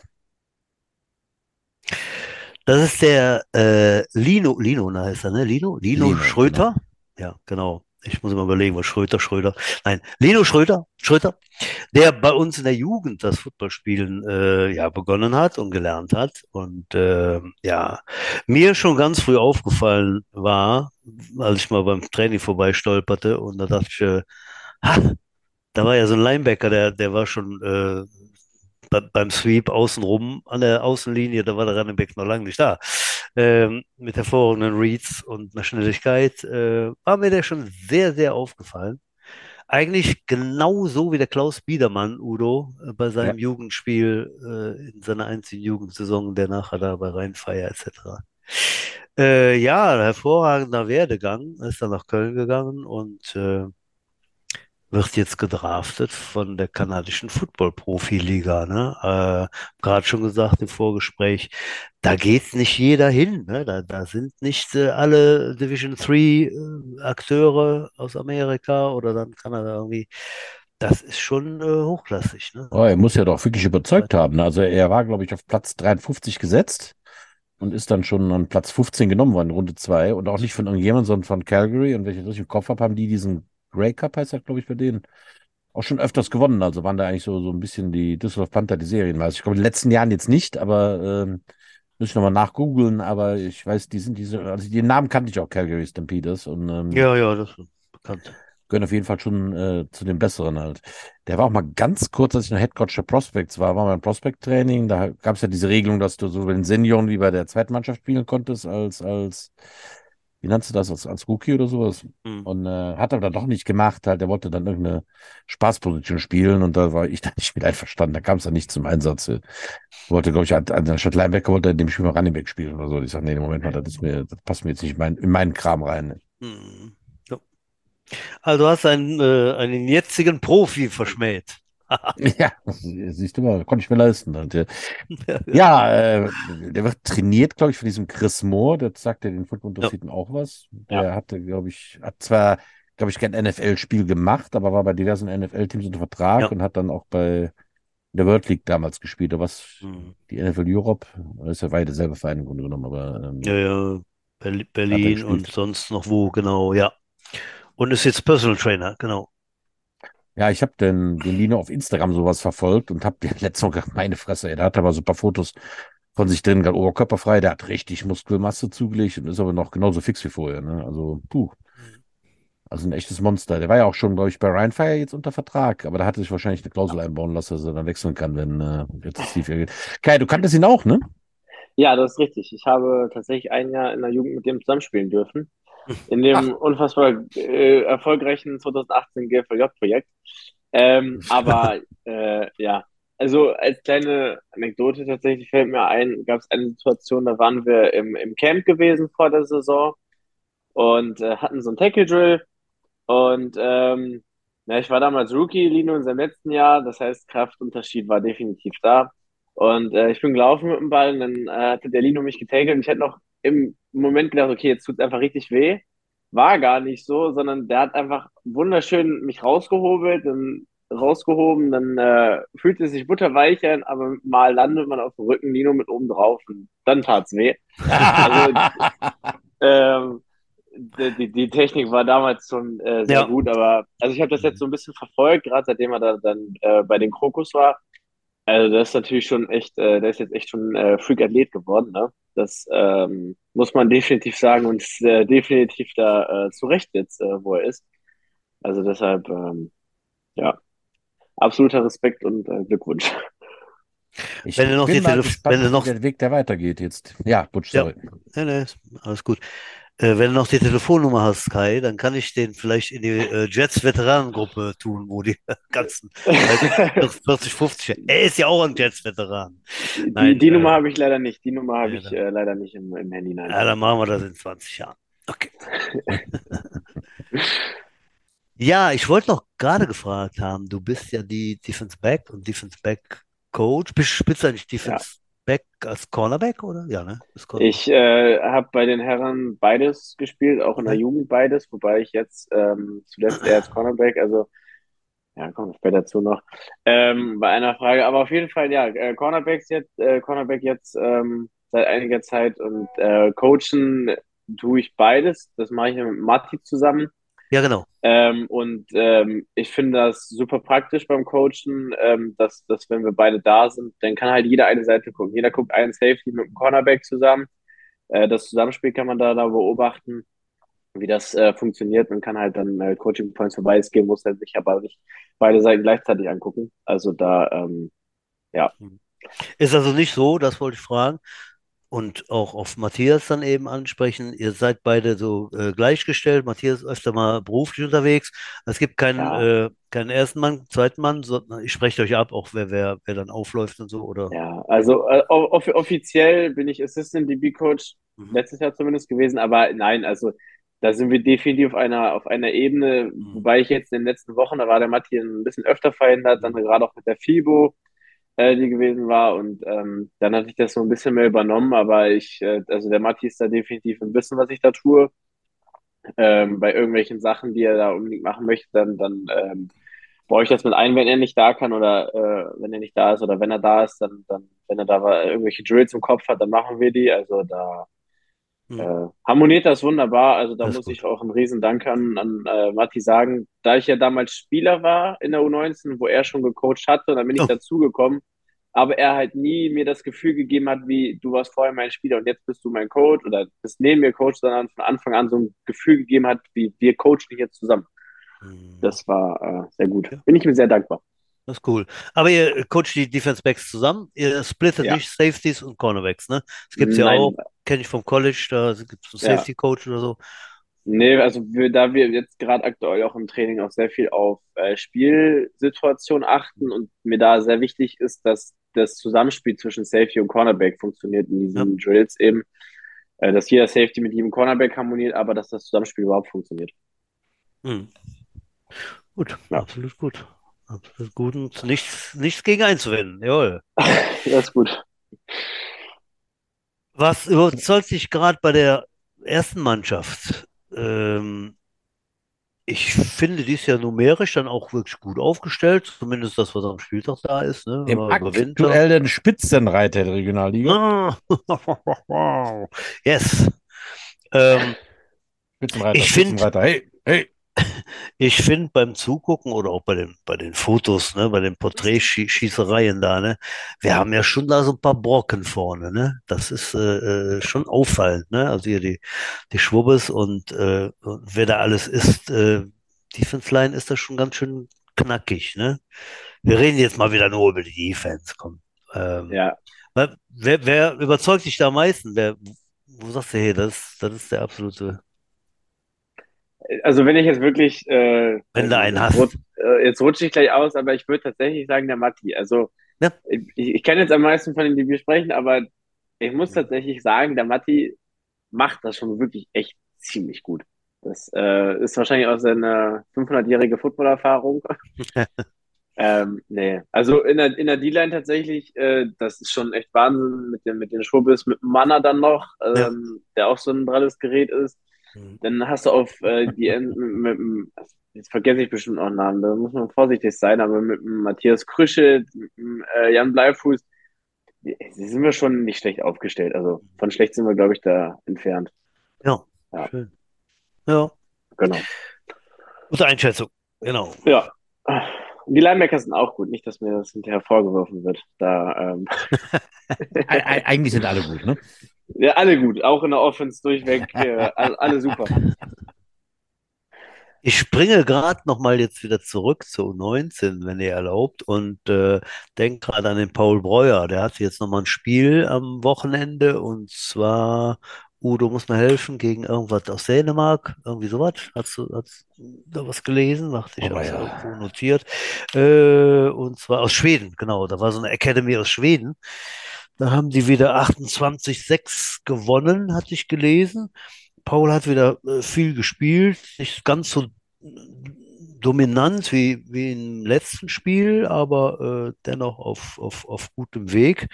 Speaker 1: Das ist der äh, Lino, Lino ne, heißt er, ne? Lino? Lino
Speaker 2: Leno, genau.
Speaker 1: Schröter? Ja, genau. Ich muss immer überlegen, was Schröter, Schröder. Nein, Lino Schröter, Schröter, der bei uns in der Jugend das Footballspielen äh, ja begonnen hat und gelernt hat. Und äh, ja, mir schon ganz früh aufgefallen war, als ich mal beim Training vorbeistolperte und da dachte ich, äh, ha, da war ja so ein Linebacker, der, der war schon äh, be beim Sweep außenrum an der Außenlinie, da war der Running Back noch lange nicht da. Ähm, mit hervorragenden Reads und einer Schnelligkeit äh, war mir der schon sehr, sehr aufgefallen. Eigentlich genauso wie der Klaus Biedermann, Udo, äh, bei
Speaker 2: Ja.
Speaker 1: seinem Jugendspiel äh, in seiner einzigen Jugendsaison, der nachher da bei Rheinfeier et cetera. Äh, ja, hervorragender Werdegang, ist dann nach Köln gegangen und äh, wird jetzt gedraftet von der kanadischen Football-Profi-Liga, ne? Äh, gerade schon gesagt im Vorgespräch, da geht nicht jeder hin, ne? Da, da sind nicht äh, alle Division drei äh, Akteure aus Amerika oder dann Kanada irgendwie. Das ist schon äh, hochklassig, ne?
Speaker 2: Oh, er muss ja doch wirklich
Speaker 1: Und
Speaker 2: überzeugt haben, ne? Also er war, glaube ich, auf Platz dreiundfünfzig gesetzt und ist dann schon an Platz fünfzehn genommen worden, Runde zwei. Und auch nicht von irgendjemandem, sondern von Calgary. Und wenn ich das richtig im Kopf habe, haben die diesen Grey Cup, heißt das, glaube ich, bei denen, auch schon öfters gewonnen. Also waren da eigentlich so, so ein bisschen die Düsseldorf Panther, die Serienmeister. Ich glaube, in den letzten Jahren jetzt nicht, aber ähm, muss ich nochmal nachgoogeln. Aber ich weiß, die sind diese, also die Namen kannte ich auch, Calgary Stampeders. Und ähm,
Speaker 1: ja, ja, das ist bekannt.
Speaker 2: gehören auf jeden Fall schon äh, zu den Besseren halt. Der war auch mal ganz kurz, als ich noch Headcoach der Prospects war, war mein Prospect-Training. Da gab es ja diese Regelung, dass du so bei den Senioren wie bei der Zweitmannschaft spielen konntest, als, als, wie nannst du das, als, als Rookie oder sowas.
Speaker 1: Hm.
Speaker 2: Und äh, hat aber dann doch nicht gemacht, halt. Der wollte dann irgendeine Spaßposition spielen und da war ich dann nicht mit einverstanden. Da kam es dann nicht zum Einsatz. Er wollte, glaube ich, an, an der Stadt Linebacker wollte er dem Spiel mal Running Back spielen oder so. Ich sage, nee, Moment mal, das ist mir, das passt mir jetzt nicht in, mein, in meinen Kram rein.
Speaker 1: Hm. Ja. Also hast einen, äh, einen jetzigen Profi verschmäht.
Speaker 2: Ja, siehst du mal, konnte ich mir leisten. Und, äh,
Speaker 1: Ja,
Speaker 2: ja, äh, der wird trainiert, glaube ich, von diesem Chris Moore. Der sagt ja den
Speaker 1: ja,
Speaker 2: Football-Interessierten auch was.
Speaker 3: Ja.
Speaker 2: Der hatte, glaube ich, hat zwar, glaube ich, kein N F L-Spiel gemacht, aber war bei diversen N F L-Teams unter Vertrag
Speaker 1: ja.
Speaker 2: und hat dann auch bei der World League damals gespielt. Oder was?
Speaker 1: Hm.
Speaker 2: Die N F L Europe. Das ist ja beide selbe Verein im Grunde genommen, aber
Speaker 1: Ja,
Speaker 2: ähm,
Speaker 1: ja, Berli-
Speaker 2: hat er
Speaker 1: Berlin und
Speaker 2: gespielt.
Speaker 1: sonst noch wo, genau, ja. Und ist jetzt Personal Trainer, genau.
Speaker 2: Ja, ich habe den, den Lino auf Instagram sowas verfolgt und habe letztes Mal gedacht, meine Fresse, ey, der hat aber so ein paar Fotos von sich drin, gerade oberkörperfrei, der hat richtig Muskelmasse zugelegt und ist aber noch genauso fix wie vorher, ne? Also, puh. Also ein echtes Monster. Der war ja auch schon, glaube ich, bei Rheinfire jetzt unter Vertrag, aber da hatte sich wahrscheinlich eine Klausel einbauen lassen, dass er dann wechseln kann, wenn äh, jetzt das Tief geht. Kai, du kanntest ihn auch, ne?
Speaker 3: Ja, das ist richtig. Ich habe tatsächlich ein Jahr in der Jugend mit dem zusammenspielen dürfen. In dem
Speaker 2: Ach,
Speaker 3: unfassbar äh, erfolgreichen zwanzig achtzehn G F L J-Projekt. Ähm, aber äh, ja, also als kleine Anekdote tatsächlich fällt mir ein, gab es eine Situation, da waren wir im, im Camp gewesen vor der Saison und äh, hatten so einen Tackle Drill und ähm, na, ich war damals Rookie, Lino in seinem letzten Jahr, das heißt Kraftunterschied war definitiv da und äh, ich bin gelaufen mit dem Ball und dann äh, hatte der Lino mich getackelt und ich hätte noch im Moment gedacht, okay, jetzt tut's einfach richtig weh. War gar nicht so, sondern der hat einfach wunderschön mich rausgehobelt, dann rausgehoben, dann äh, fühlte es sich butterweich an, aber mal landet man auf dem Rücken, Lino mit oben drauf und dann tat's weh. Also ähm, die, die, die Technik war damals schon äh, sehr
Speaker 1: Ja,
Speaker 3: gut, aber also ich habe das jetzt so ein bisschen verfolgt, gerade seitdem er da dann äh, bei den Krokus war. Also das ist natürlich schon echt, äh, der ist jetzt echt schon äh, Freak-Athlet geworden, ne? Das ähm, muss man definitiv sagen und ist äh, definitiv da äh, zu Recht jetzt, äh, wo er ist. Also deshalb, ähm, ja, absoluter Respekt und äh, Glückwunsch.
Speaker 2: ich
Speaker 1: wenn du noch die
Speaker 2: bin mal
Speaker 1: Telef wenn du
Speaker 2: gespannt, wie
Speaker 1: noch,
Speaker 2: der Weg da weitergeht jetzt. Ja, Butch,
Speaker 1: ja,
Speaker 2: sorry.
Speaker 1: nee, nee, alles gut. Äh, wenn du noch die Telefonnummer hast, Kai, dann kann ich den vielleicht in die äh, Jets-Veteranengruppe tun, wo die ganzen seit vierzig, fünfzig, er ist ja auch ein Jets-Veteran.
Speaker 3: Die,
Speaker 1: Nein,
Speaker 3: die Nummer
Speaker 1: äh,
Speaker 3: habe ich leider nicht. Die Nummer habe
Speaker 1: ja,
Speaker 3: ich
Speaker 1: dann,
Speaker 3: äh, leider nicht im, im Handy, nein.
Speaker 1: ja, dann machen wir das in zwanzig Jahren. Okay. Ja, ich wollte noch gerade gefragt haben, du bist ja die Defense Back und Defense Back Coach. Bist, spielst du eigentlich
Speaker 3: Ja.
Speaker 1: Defense Back als Cornerback, oder? Ja, ne? Ist Cornerback.
Speaker 3: Ich äh, habe bei den Herren beides gespielt, auch in der
Speaker 1: Okay.
Speaker 3: Jugend beides, wobei ich jetzt ähm, zuletzt eher als Cornerback, also ja, kommen wir später dazu noch, ähm, bei einer Frage. Aber auf jeden Fall, ja, äh, Cornerbacks jetzt, äh, Cornerback jetzt ähm, seit einiger Zeit und äh, coachen tue ich beides. Das mache ich mit Matti zusammen.
Speaker 1: Ja, genau.
Speaker 3: Ähm, und ähm, ich finde das super praktisch beim Coachen, ähm, dass, dass wenn wir beide da sind, dann kann halt jeder eine Seite gucken. Jeder guckt einen Safety mit dem Cornerback zusammen. Äh, das Zusammenspiel kann man da, da beobachten, wie das äh, funktioniert. Man kann halt dann äh, Coaching Points vorbei gehen, muss halt sich aber nicht beide Seiten gleichzeitig angucken. Also da, ähm, ja,
Speaker 1: Ist also nicht so, das wollte ich fragen, und auch auf Matthias dann eben ansprechen. Ihr seid beide so äh, gleichgestellt. Matthias ist öfter mal beruflich unterwegs. Es gibt keinen,
Speaker 3: ja,
Speaker 1: äh, keinen ersten Mann, zweiten Mann, sondern ich spreche euch ab, auch wer, wer, wer dann aufläuft und so, oder?
Speaker 3: ja. Also äh, off offiziell bin ich Assistant D B Coach
Speaker 1: Mhm.
Speaker 3: letztes Jahr zumindest gewesen, aber nein, also da sind wir definitiv auf einer, auf einer Ebene,
Speaker 1: Mhm.
Speaker 3: wobei ich jetzt in den letzten Wochen, da war der Matti ein bisschen öfter verhindert, dann gerade auch mit der FIBO, äh, die gewesen war. Und ähm, dann hatte ich das so ein bisschen mehr übernommen, aber ich, äh, also der Matti ist da definitiv im Wissen, was ich da tue. Ähm, bei irgendwelchen Sachen, die er da unbedingt machen möchte, dann, dann ähm, baue ich das mit ein, wenn er nicht da kann oder äh, wenn er nicht da ist oder wenn er da ist, dann, dann wenn er da wa- irgendwelche Drills im Kopf hat, dann machen wir die. Also da
Speaker 1: Mhm.
Speaker 3: äh, harmoniert das wunderbar. Also da
Speaker 1: Das ist
Speaker 3: muss ich
Speaker 1: gut.
Speaker 3: auch einen riesen Dank an, an äh, Matti sagen. Da ich ja damals Spieler war in der U neunzehn, wo er schon gecoacht hatte, und dann bin ich
Speaker 1: Oh.
Speaker 3: dazugekommen, aber er halt nie mir das Gefühl gegeben hat, wie du warst vorher mein Spieler und jetzt bist du mein Coach oder bist neben mir Coach, sondern von Anfang an so ein Gefühl gegeben hat, wie wir coachen hier zusammen.
Speaker 1: Mhm.
Speaker 3: Das war äh, sehr gut.
Speaker 1: Ja,
Speaker 3: Bin ich mir sehr dankbar.
Speaker 1: das ist cool. Aber ihr coacht die Defense Backs zusammen. Ihr splittet
Speaker 3: Ja,
Speaker 1: nicht Safeties und Cornerbacks, ne? Das gibt's ja auch.
Speaker 3: nein,
Speaker 1: Kenne ich vom College. Da gibt's einen
Speaker 3: ja.
Speaker 1: Safety Coach oder so.
Speaker 3: Nee, also wir, da wir jetzt gerade aktuell auch im Training auch sehr viel auf äh, Spielsituation achten und mir da sehr wichtig ist, dass das Zusammenspiel zwischen Safety und Cornerback funktioniert in
Speaker 1: Ja.
Speaker 3: diesen Drills eben, äh, dass jeder Safety mit jedem Cornerback harmoniert, aber dass das Zusammenspiel überhaupt funktioniert.
Speaker 1: Mhm. Gut,
Speaker 3: Ja,
Speaker 1: absolut gut. Absolut gut und nichts, nichts gegen einzuwenden. Jawohl.
Speaker 3: das ist gut.
Speaker 1: Was überzeugt dich gerade bei der ersten Mannschaft? Ähm, ich finde, die ist ja numerisch dann auch wirklich gut aufgestellt, zumindest das, was am Spieltag da ist, ne?
Speaker 2: Dem
Speaker 1: Aber überwindet er.
Speaker 2: aktuellen Spitzenreiter der Regionalliga.
Speaker 1: Ah, yes. Ähm,
Speaker 2: Spitzenreiter,
Speaker 1: ich finde,
Speaker 2: Spitzenreiter. Hey, hey.
Speaker 1: Ich finde beim Zugucken oder auch bei den, bei den Fotos, ne, bei den Porträtschießereien da, ne, wir haben ja schon da so ein paar Brocken vorne, ne? Das ist äh, äh, schon auffallend, ne? Also hier die, die Schwubbes und, äh, und wer da alles ist, äh, Defense Line ist das schon ganz schön knackig, ne? Wir reden jetzt mal wieder nur über die Defense, komm. Ähm,
Speaker 3: Ja,
Speaker 1: wer, wer wer überzeugt dich da am meisten? Wer, wo sagst du, hey, das, das ist der absolute,
Speaker 3: also wenn ich jetzt wirklich, äh,
Speaker 1: wenn du einen
Speaker 3: jetzt,
Speaker 1: hast.
Speaker 3: rut, äh, jetzt rutsche ich gleich aus, aber ich würde tatsächlich sagen, der Matti. Also
Speaker 1: Ja.
Speaker 3: ich, ich kenne jetzt am meisten von denen, die wir sprechen, aber ich muss tatsächlich sagen, der Matti macht das schon wirklich echt ziemlich gut. Das äh, ist wahrscheinlich auch seine fünfhundertjährige Footballerfahrung. Ähm, nee, also in der, in der D-Line tatsächlich, äh, das ist schon echt Wahnsinn mit dem, mit den Schwubbels, mit dem Manner dann noch,
Speaker 1: Ja.
Speaker 3: ähm, der auch so ein dralles Gerät ist.
Speaker 1: Mhm.
Speaker 3: Dann hast du auf äh, die End mit, mit, dem- jetzt vergesse ich bestimmt auch Namen, da muss man vorsichtig sein, aber mit dem Matthias Krüsche, mit dem äh, Jan Bleifuß, die, die sind wir schon nicht schlecht aufgestellt. Also von schlecht sind wir, glaube ich, da entfernt.
Speaker 1: Ja,
Speaker 3: Ja,
Speaker 1: schön. Ja,
Speaker 3: genau.
Speaker 1: gute Einschätzung. Genau.
Speaker 3: Ja. Und die Linebacker sind auch gut, nicht, dass mir das hinterher vorgeworfen wird. Da, ähm,
Speaker 2: E e eigentlich sind alle gut, ne?
Speaker 3: ja, alle gut, auch in der Offense durchweg, äh, alle, alle super.
Speaker 1: Ich springe gerade noch mal jetzt wieder zurück zu U neunzehn, wenn ihr erlaubt, und äh, denke gerade an den Paul Breuer. Der hatte jetzt noch mal ein Spiel am Wochenende und zwar, Udo, muss mir helfen, gegen irgendwas aus Dänemark, irgendwie sowas. Hast du, hast du da was gelesen? Dachte ich,
Speaker 2: Aber
Speaker 1: habe es
Speaker 2: ja.
Speaker 1: irgendwo notiert. Äh, und zwar aus Schweden, genau. Da war so eine Academy aus Schweden. Da haben die wieder achtundzwanzig sechs gewonnen, hatte ich gelesen. Paul hat wieder äh, viel gespielt, nicht ganz so dominant wie, wie im letzten Spiel, aber äh, dennoch auf, auf, auf gutem Weg.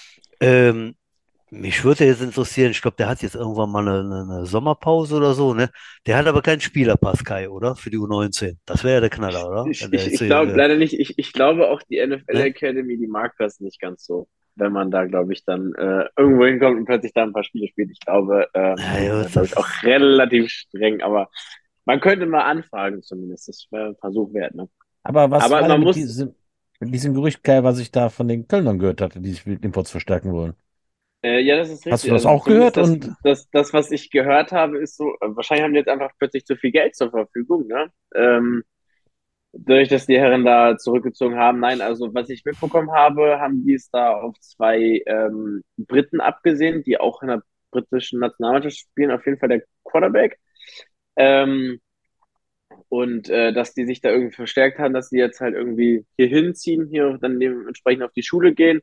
Speaker 1: Ähm, Mich würde jetzt interessieren, ich glaube, der hat jetzt irgendwann mal eine, eine eine Sommerpause oder so, ne? Der hat aber keinen Spielerpass, Kai, oder? Für die U neunzehn. Das wäre ja der Knaller, oder?
Speaker 3: Ich,
Speaker 1: Wenn der
Speaker 3: ich,
Speaker 1: jetzt
Speaker 3: ich
Speaker 1: hier,
Speaker 3: glaube
Speaker 1: äh,
Speaker 3: leider nicht, ich, ich glaube auch die N F L
Speaker 1: ne?
Speaker 3: Academy, die mag das nicht ganz so, wenn man da, glaube ich, dann äh, irgendwo hinkommt und plötzlich da ein paar Spiele spielt. Ich glaube, ähm,
Speaker 1: Ja,
Speaker 3: die sind da,
Speaker 1: gut,
Speaker 3: glaube ich, auch
Speaker 1: das,
Speaker 3: relativ streng, aber man könnte mal anfragen zumindest. Das wäre ein Versuch wert, ne?
Speaker 2: Aber was
Speaker 3: Aber
Speaker 2: war denn
Speaker 3: man
Speaker 2: mit
Speaker 3: muss,
Speaker 2: diesem, mit diesem Gerücht, Kai, was ich da von den Kölnern gehört hatte, die sich mit Imports verstärken wollen?
Speaker 3: äh, ja, das ist
Speaker 2: Hast du
Speaker 3: richtig.
Speaker 2: das
Speaker 3: Also
Speaker 2: auch gehört?
Speaker 3: zumindest das,
Speaker 2: Und
Speaker 3: das, das, was ich gehört habe, ist so, äh, wahrscheinlich haben die jetzt einfach plötzlich zu viel Geld zur Verfügung, ne? Ähm, Dadurch, dass die Herren da zurückgezogen haben. Nein, also was ich mitbekommen habe, haben die es da auf zwei ähm, Briten abgesehen, die auch in der britischen Nationalmannschaft spielen, auf jeden Fall der Quarterback. Ähm, und äh, dass die sich da irgendwie verstärkt haben, dass die jetzt halt irgendwie hier hinziehen, hier dann dementsprechend auf die Schule gehen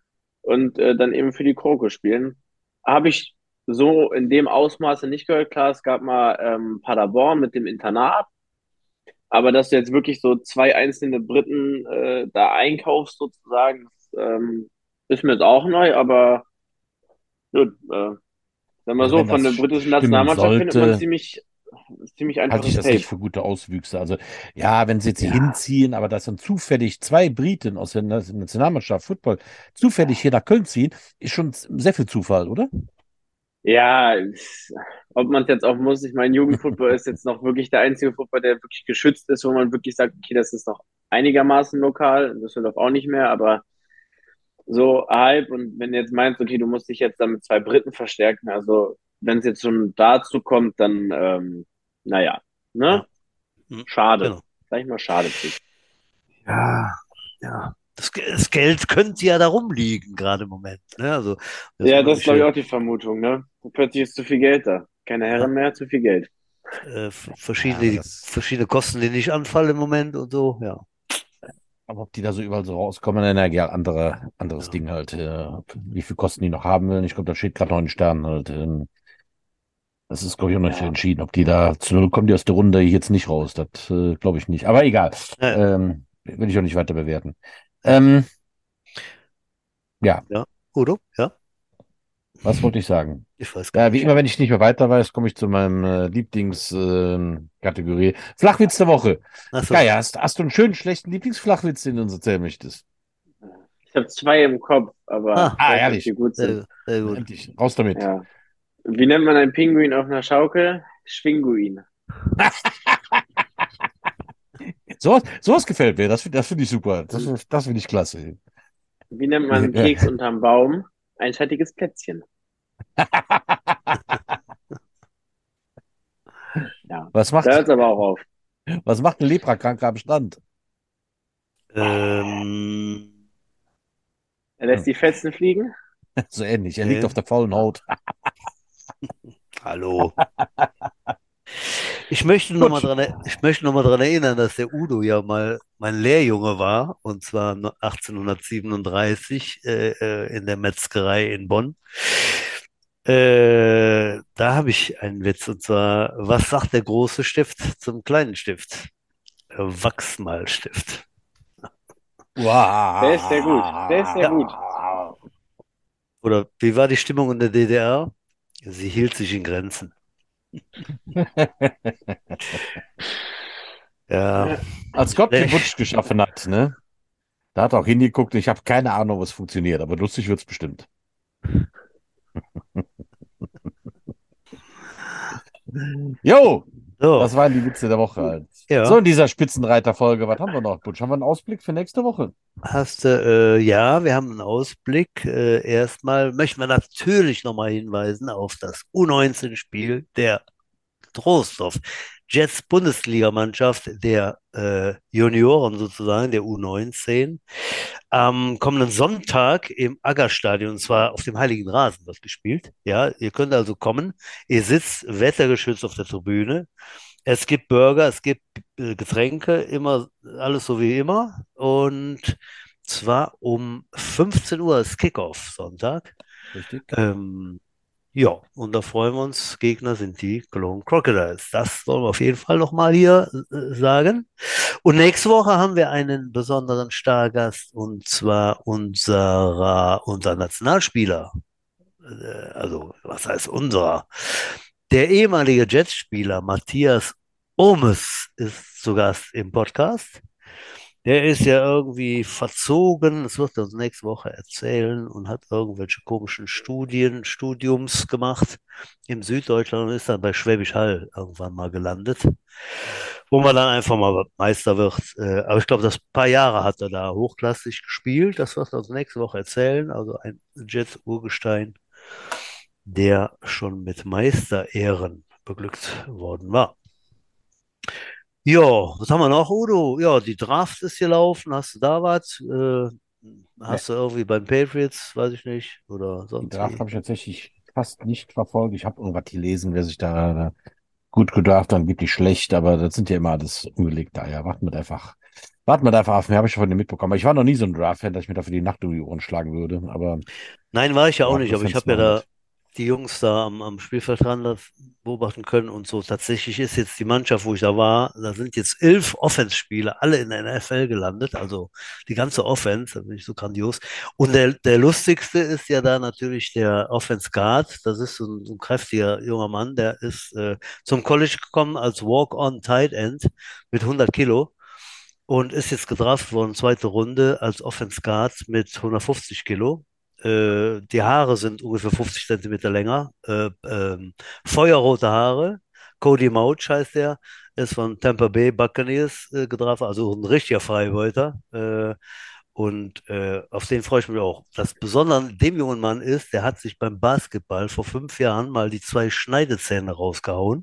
Speaker 3: und äh, dann eben für die Kroko spielen. Habe ich so in dem Ausmaße nicht gehört. Klar, es gab mal ähm, Paderborn mit dem Internat, aber dass du jetzt wirklich so zwei einzelne Briten äh, da einkaufst, sozusagen, das, ähm, ist mir jetzt auch neu, aber gut, äh, sag mal
Speaker 2: also
Speaker 3: so,
Speaker 2: wenn
Speaker 3: von
Speaker 2: das
Speaker 3: der
Speaker 2: st-
Speaker 3: britischen
Speaker 2: stimmen
Speaker 3: Nationalmannschaft findet man
Speaker 2: sollte,
Speaker 3: ziemlich, ziemlich
Speaker 2: halte ich
Speaker 3: einfaches
Speaker 2: das jetzt
Speaker 3: Pech.
Speaker 2: für gute Auswüchse. Also ja, wenn sie jetzt hier
Speaker 1: ja.
Speaker 2: hinziehen, aber dass dann zufällig zwei Briten aus der Na- Nationalmannschaft Football zufällig hier nach Köln ziehen, ist schon sehr viel Zufall, oder?
Speaker 3: Ja, es- ob man es jetzt auch muss, ich meine, Jugendfußball ist jetzt noch wirklich der einzige Fußball, der wirklich geschützt ist, wo man wirklich sagt, okay, das ist noch einigermaßen lokal, in Düsseldorf auch nicht mehr, aber so halb. Und wenn du jetzt meinst, okay, du musst dich jetzt dann mit zwei Briten verstärken, also wenn es jetzt schon dazu kommt, dann, ähm, naja,
Speaker 1: Ja.
Speaker 3: ne?
Speaker 1: Hm,
Speaker 3: Schade.
Speaker 1: genau.
Speaker 3: Sag ich mal, schade zu.
Speaker 1: Ja, ja. Das, Ge- das Geld könnte ja da rumliegen, gerade im Moment. Ne? Also, das
Speaker 3: Ja, das ist, glaube ich,
Speaker 1: unheimliche,
Speaker 3: auch die Vermutung, ne? Plötzlich ist zu viel Geld da. Keine
Speaker 1: ja,
Speaker 3: Herren mehr, zu viel Geld.
Speaker 1: äh, f-
Speaker 2: Ja, aber
Speaker 1: verschiedene,
Speaker 2: das,
Speaker 1: verschiedene Kosten, die nicht anfallen im Moment und so. Ja,
Speaker 2: aber ob die da so überall so rauskommen, na ja, andere, anderes
Speaker 1: ja,
Speaker 2: Ding halt. Äh, wie viel Kosten die noch haben will. Ich glaube, da steht gerade noch in Sternen halt. Ähm, das ist, glaube ich, auch noch nicht
Speaker 3: Ja,
Speaker 2: entschieden. Ob die da, zu null kommen die aus der Runde jetzt nicht raus. Das äh, glaube ich nicht. Aber egal.
Speaker 1: ja, ja.
Speaker 2: Ähm, will ich auch nicht weiter bewerten. Ähm, ja,
Speaker 1: Ja. Udo? Ja,
Speaker 2: was wollte ich sagen?
Speaker 1: ich weiß gar
Speaker 2: Ja, wie
Speaker 1: nicht.
Speaker 2: immer, wenn ich nicht mehr weiter weiß, komme ich zu meinem äh, Lieblingskategorie. Flachwitz der Woche.
Speaker 1: Achso.
Speaker 2: Geil, hast, hast du einen schönen, schlechten Lieblingsflachwitz, den du uns erzählen möchtest?
Speaker 3: ich habe zwei im Kopf, aber
Speaker 1: Ah,
Speaker 3: ich
Speaker 2: Ah,
Speaker 3: weiß nicht, ob die
Speaker 2: ehrlich.
Speaker 3: gut sind.
Speaker 1: sehr, sehr gut.
Speaker 2: Endlich. Raus damit.
Speaker 3: Ja. Wie nennt man einen Pinguin auf einer Schaukel? Schwinguin.
Speaker 2: Sowas, sowas gefällt mir. Das, find- das finde ich super. Das,
Speaker 3: Hm.
Speaker 2: das finde ich klasse.
Speaker 3: Wie nennt man einen Keks unterm Baum? Ein schattiges Plätzchen. Ja,
Speaker 2: Was
Speaker 3: da
Speaker 2: macht,
Speaker 3: hört es aber auch auf.
Speaker 2: was macht ein Leprakranker am Strand?
Speaker 1: Ähm,
Speaker 3: Er
Speaker 2: Hm.
Speaker 3: lässt die Fetzen fliegen.
Speaker 2: So ähnlich. Er liegt auf
Speaker 1: nee.
Speaker 2: der faulen Haut.
Speaker 1: Hallo. Ich möchte noch mal
Speaker 2: Gut.
Speaker 1: dran, er- ich möchte noch mal dran erinnern, dass der Udo ja mal mein Lehrjunge war, und zwar no- achtzehnhundertsiebenunddreißig äh, äh, in der Metzgerei in Bonn. Äh, da habe ich einen Witz, und zwar, was sagt der große Stift zum kleinen Stift? Äh, Wachsmalstift.
Speaker 3: Der ist sehr gut. Der ist sehr
Speaker 2: Wow.
Speaker 1: Ja,
Speaker 3: gut.
Speaker 1: oder wie war die Stimmung in der D D R? Sie hielt sich in Grenzen. Ja,
Speaker 3: Ja,
Speaker 2: Als
Speaker 1: nicht
Speaker 2: Gott die
Speaker 1: schlecht.
Speaker 2: Butch geschaffen hat, ne? Da hat er auch hingeguckt. Ich habe keine Ahnung, was funktioniert, aber lustig wird's bestimmt. Jo,
Speaker 1: So,
Speaker 2: das waren die Witze der Woche
Speaker 3: gut.
Speaker 2: halt. So,
Speaker 1: ja.
Speaker 2: in dieser Spitzenreiter-Folge, was haben wir noch, Butch? Haben wir einen Ausblick für nächste Woche?
Speaker 1: Hast du, äh, ja, wir haben einen Ausblick. Äh, erstmal möchten wir natürlich nochmal hinweisen auf das U neunzehn-Spiel der Trostorf Jets Bundesligamannschaft der äh, Junioren sozusagen, der U neunzehn. Am kommenden Sonntag im Aggerstadion, und zwar auf dem Heiligen Rasen, wird gespielt. Ja, ihr könnt also kommen. Ihr sitzt wettergeschützt auf der Tribüne. Es gibt Burger, es gibt äh, Getränke, immer alles so wie immer. Und zwar um fünfzehn Uhr ist Kickoff Sonntag.
Speaker 2: Richtig?
Speaker 1: Ähm, ja, und da freuen wir uns. Gegner sind die Cologne Crocodiles. Das wollen wir auf jeden Fall nochmal hier äh, sagen. Und nächste Woche haben wir einen besonderen Stargast, und zwar unserer, unser Nationalspieler. Äh, also, was heißt unserer? Der ehemalige Jetspieler Matthias Omes ist zu Gast im Podcast. Der ist ja irgendwie verzogen, das wird er uns nächste Woche erzählen, und hat irgendwelche komischen Studien, Studiums gemacht im Süddeutschland und ist dann bei Schwäbisch Hall irgendwann mal gelandet, wo man dann einfach mal Meister wird. Äh, Aber ich glaube, das paar Jahre hat er da hochklassig gespielt. Das wird er uns nächste Woche erzählen. Also ein Jet-Urgestein, der schon mit Meisterehren beglückt worden war. Ja, was haben wir noch, Udo? Ja, die Draft ist gelaufen. Hast du da was? Äh,
Speaker 2: Ne,
Speaker 1: hast du irgendwie beim Patriots, weiß ich nicht, oder
Speaker 2: die
Speaker 1: sonst
Speaker 2: Draft
Speaker 1: wie?
Speaker 2: habe ich tatsächlich fast nicht verfolgt. Ich habe irgendwas gelesen, wer sich da, da gut gedraft, dann wirklich schlecht, aber das sind ja immer alles ungelegte Eier. Warten wir einfach. Warten wir einfach auf. Mehr habe ich von dem mitbekommen. Aber ich war noch nie so ein Draft-Fan, dass ich mir dafür die Nacht um die Ohren schlagen würde. Aber
Speaker 1: Nein, war ich ja auch nicht, aber ich
Speaker 2: Hardcore-Fans
Speaker 1: habe ja
Speaker 2: machen
Speaker 1: da
Speaker 2: das.
Speaker 1: die Jungs da am, am Spielfeldrand das beobachten können und so. Tatsächlich ist jetzt die Mannschaft, wo ich da war, da sind jetzt elf Offense-Spieler, alle in der N F L gelandet, also die ganze Offense, da bin ich so grandios. Und der, der lustigste ist ja da natürlich der Offense Guard, das ist so ein, so ein kräftiger junger Mann, der ist äh, zum College gekommen als Walk-on Tight End mit hundert Kilo. Und ist jetzt gedraft worden, zweite Runde, als Offense Guard mit hundertfünfzig Kilo. Äh, die Haare sind ungefähr fünfzig Zentimeter länger. Äh, ähm, feuerrote Haare. Cody Mauch heißt der. Ist von Tampa Bay Buccaneers äh, gedraft, also ein richtiger Freibeuter. Äh, und äh, auf den freue ich mich auch. Das Besondere an dem jungen Mann ist, der hat sich beim Basketball vor fünf Jahren mal die zwei Schneidezähne rausgehauen.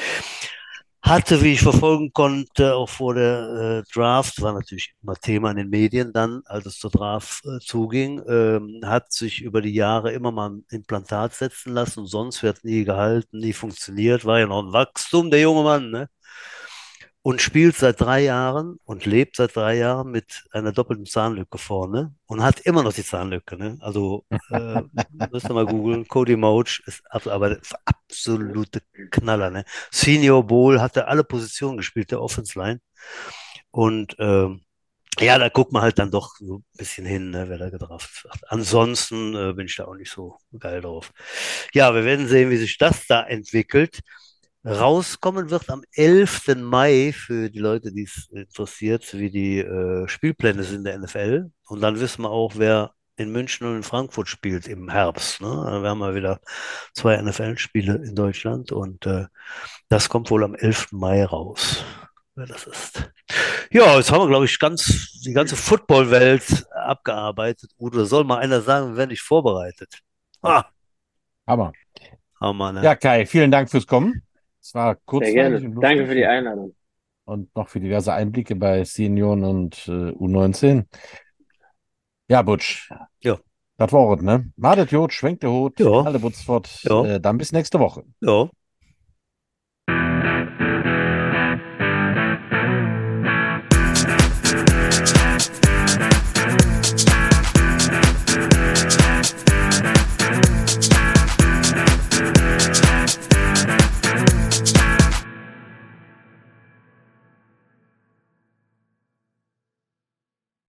Speaker 1: Hatte, wie ich verfolgen konnte, auch vor der äh, Draft, war natürlich immer Thema in den Medien dann, als es zur Draft äh, zuging, ähm, hat sich über die Jahre immer mal ein Implantat setzen lassen, sonst wird nie gehalten, nie funktioniert, war ja noch ein Wachstum, der junge Mann, ne? Und spielt seit drei Jahren und lebt seit drei Jahren mit einer doppelten Zahnlücke vorne und hat immer noch die Zahnlücke, ne? Also äh, müsst ihr mal googeln. Cody Mauch ist abs- aber der absolute Knaller, ne? Senior Bowl hatte alle Positionen gespielt, der Offense Line. Und ähm, ja, da guckt man halt dann doch so ein bisschen hin, ne, wer da gedraft wird. Ansonsten äh, bin ich da auch nicht so geil drauf. Ja, wir werden sehen, wie sich das da entwickelt. Rauskommen wird am elften Mai für die Leute, die es interessiert, wie die äh, Spielpläne sind in der N F L. Und dann wissen wir auch, wer in München und in Frankfurt spielt im Herbst. Ne? Also wir haben mal wieder zwei N F L-Spiele in Deutschland, und äh, das kommt wohl am elften Mai raus. wer das ist. Ja, jetzt haben wir, glaube ich, ganz die ganze Football-Welt abgearbeitet. Udo, da soll mal einer sagen, wir werden nicht vorbereitet. Ah,
Speaker 2: Aber
Speaker 1: Hammer, ne?
Speaker 2: ja, Kai, vielen Dank fürs Kommen. Es war
Speaker 3: Sehr
Speaker 2: kurzweilig
Speaker 3: gerne.
Speaker 2: und
Speaker 3: Danke für die
Speaker 2: lustig
Speaker 3: Einladung.
Speaker 2: und noch für diverse Einblicke bei Senioren und äh, U neunzehn. Ja, Butsch,
Speaker 1: Ja,
Speaker 2: das war es, ne? Madet Jod, schwenkt der Hut,
Speaker 1: ja,
Speaker 2: alle Butzfort,
Speaker 1: ja,
Speaker 2: äh, dann bis nächste Woche.
Speaker 1: ja.